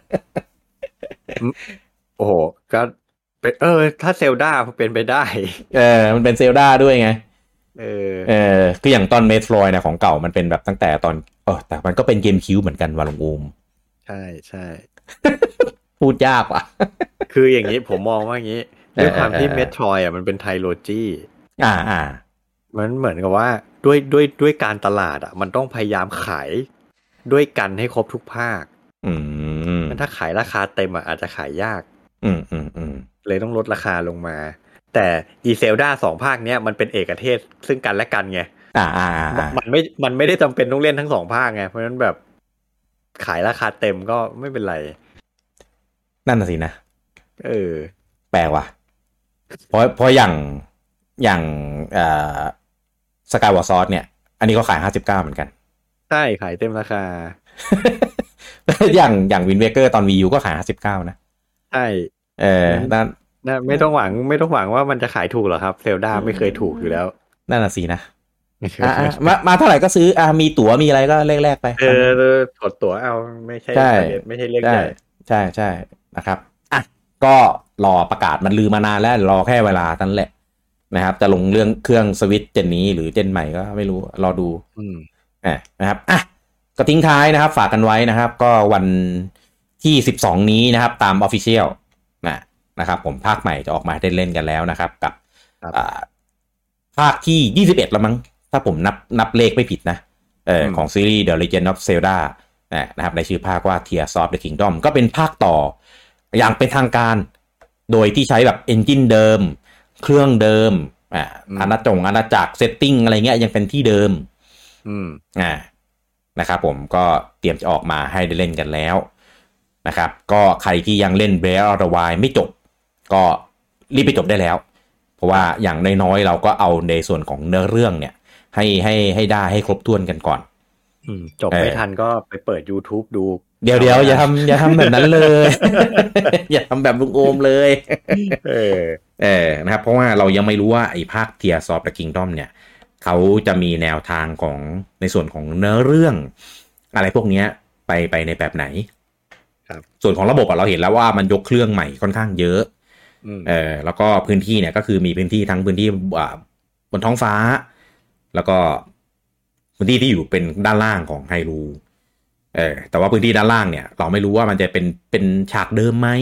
โอ้โหก็เออถ้าเซลดาเป็นไปได้เออมันเป็นเซลดาด้วยไงเออเออคืออย่างตอนเมโทรยเนี่ยของเก่ามันเป็นแบบตั้งแต่ตอนเออแต่มันก็เป็นเกมคิวเหมือนกันวาลงอูมใช่ใช่พูดยากว่ะคืออย่างนี้ผมมองว่าอย่างนี้ด้วยความที่เมโทรยอ่ะมันเป็นไทโลจีอ่าอ่ามันเหมือนกับว่าด้วยด้วยด้วยการตลาดอ่ะมันต้องพยายามขายด้วยกันให้ครบทุกภาคอืมถ้าขายราคาเต็มอ่ะอาจจะขายยากอืมอืมอืมเลยต้องลดราคาลงมาแต่อีเซลดาสองภาคเนี้ยมันเป็นเอกเทศซึ่งกันและกันไงอ่าอ่ามันไม่มันไม่ได้จำเป็นต้องเล่นทั้งสองภาคไงเพราะฉะนั้นแบบขายราคาเต็มก็ไม่เป็นไรนั่นน่ะสินะเออแปลกว่ะเพราะเพราะอย่างอย่างเอ่อสกายวอร์ซอสเนี่ยอันนี้ก็ขายห้าสิบเก้าเหมือนกันใช่ขายเต็มราคาอย่างอย่างวินเวเกอร์ตอน Wii U ก็ขายห้าสิบเก้านะใช่เออนั่นไม่ต้องหวังไม่ต้องหวังว่ามันจะขายถูกหรอกครับเซลดาไม่เคยถูกอยู่แล้วนั่นน่ะสินะมามาเท่าไหร่ก็ซื้ออ่ะมีตั๋วมีอะไรก็แลกๆไปเออกดตั๋วเอาไม่ใช่ไม่ใช่เรื่องใหญ่ใช่ใช่นะครับอ่ะก็รอประกาศมันลือมานานแล้วรอแค่เวลานั้นแหละนะครับจะลงเรื่องเครื่องสวิตช์เจนนี้หรือเจนใหม่ก็ไม่รู้รอดูอืมนะครับอ่ะก็ทิ้งท้ายนะครับฝากกันไว้นะครับก็วันที่สิบสองนี้นะครับตาม Official นะนะครับผมภาคใหม่จะออกมาได้เล่นกันแล้วนะครับกับภาคที่ยี่สิบเอ็ดแล้วมั้งถ้าผมนับนับเลขไม่ผิดนะเออของซีรีส์ The Legend of Zelda นะครับในชื่อภาคว่า Tears of the Kingdom ก็เป็นภาคต่ออย่างเป็นทางการโดยที่ใช้แบบเอนจินเดิมเครื่องเดิมอ่าอาณาจงอาณาจักรเซตติ้งอะไรเงี้ยยังเป็นที่เดิมอืมอ่านะครับผมก็เตรียมจะออกมาให้ได้เล่นกันแล้วนะครับก็ใครที่ยังเล่น Breath of the Wild ไม่จบก็รีบไปจบได้แล้วเพราะว่าอย่างน้อยๆเราก็เอาในส่วนของเนื้อเรื่องเนี่ยให้ให้ให้ได้ให้ครบถ้วนกันก่อนอืมจบไม่ทันก็ไปเปิด YouTube ดูเดี๋ยวเดี๋ยวอย่าทำอย่าทำแบบนั้นเลย อย่าทำแบบลุงโอมเลยเออเออนะครับเพราะว่าเรายังไม่รู้ว่าไอ้ภาค Tears of the Kingdom เนี่ยเขาจะมีแนวทางของในส่วนของเนื้อเรื่องอะไรพวกนี้ไปไปในแบบไหนครับส่วนของระบบเราเห็นแล้วว่ามันยกเครื่องใหม่ค่อนข้างเยอะเออแล้วก็พื้นที่เนี่ยก็คือมีพื้นที่ทั้งพื้นที่บนท้องฟ้าแล้วก็พื้นที่ที่อยู่เป็นด้านล่างของไฮรูเออแต่ว่าพื้นที่ด้านล่างเนี่ยเราไม่รู้ว่ามันจะเป็นเป็นฉากเดิมไหม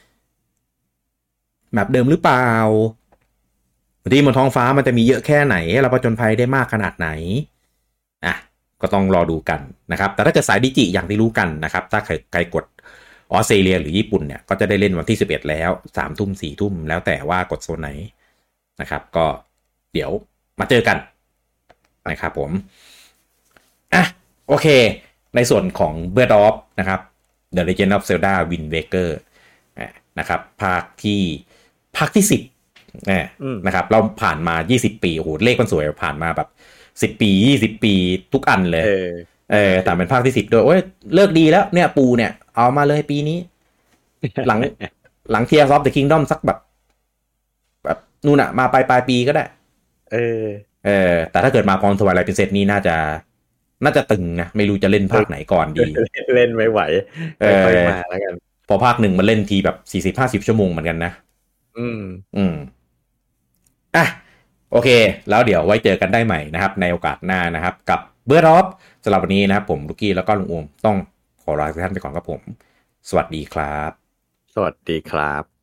แบบเดิมหรือเปล่าพื้นที่บนท้องฟ้ามันจะมีเยอะแค่ไหนเราผจญภัยได้มากขนาดไหนอ่ะก็ต้องรอดูกันนะครับแต่ถ้าเกิดสายดิจิอย่างที่รู้กันนะครับถ้าใครใครกดออสเตรเลียหรือญี่ปุ่นเนี่ยก็จะได้เล่นวันที่สิบเอ็ดแล้ว สามทุ่ม สี่ทุ่มแล้วแต่ว่ากดโซนไหนนะครับก็เดี๋ยวมาเจอกันนะครับผมอ่ะโอเคในส่วนของ Breath of นะครับ The Legend of Zelda Wind Waker นะครับภาคที่ภาคที่สิบนะครับเราผ่านมายี่สิบปีโอ้โหเลขมันสวยผ่านมาแบบสิบปียี่สิบปีทุกอันเลยเออเออแต่เป็นภาคที่สิบด้วยโอ้ยเลิกดีแล้วเนี่ยปูเนี่ยเอามาเลยปีนี้หลังหลัง Tears of the Kingdom สักแบบแบบนู่นน่ะมาปลายปลายปีก็ได้เออเออแต่ถ้าเกิดมาพร้อม Twilight Princess นี่น่าจะน่าจะตึงนะไม่รู้จะเล่นภาคไหนก่อนดีเล่นไม่ไหวค่อยมาแล้วกันพอภาคหนึ่งมันเล่นทีแบบ สี่สิบห้าสิบ ชั่วโมงเหมือนกันนะอืมอืมอ่ะโอเคแล้วเดี๋ยวไว้เจอกันได้ใหม่นะครับในโอกาสหน้านะครับกับ Breath of สำหรับวันนี้นะครับผมลูกกี้แล้วก็ลุงโอมต้องขอลาทุกท่านไปก่อนครับผมสวัสดีครับสวัสดีครับ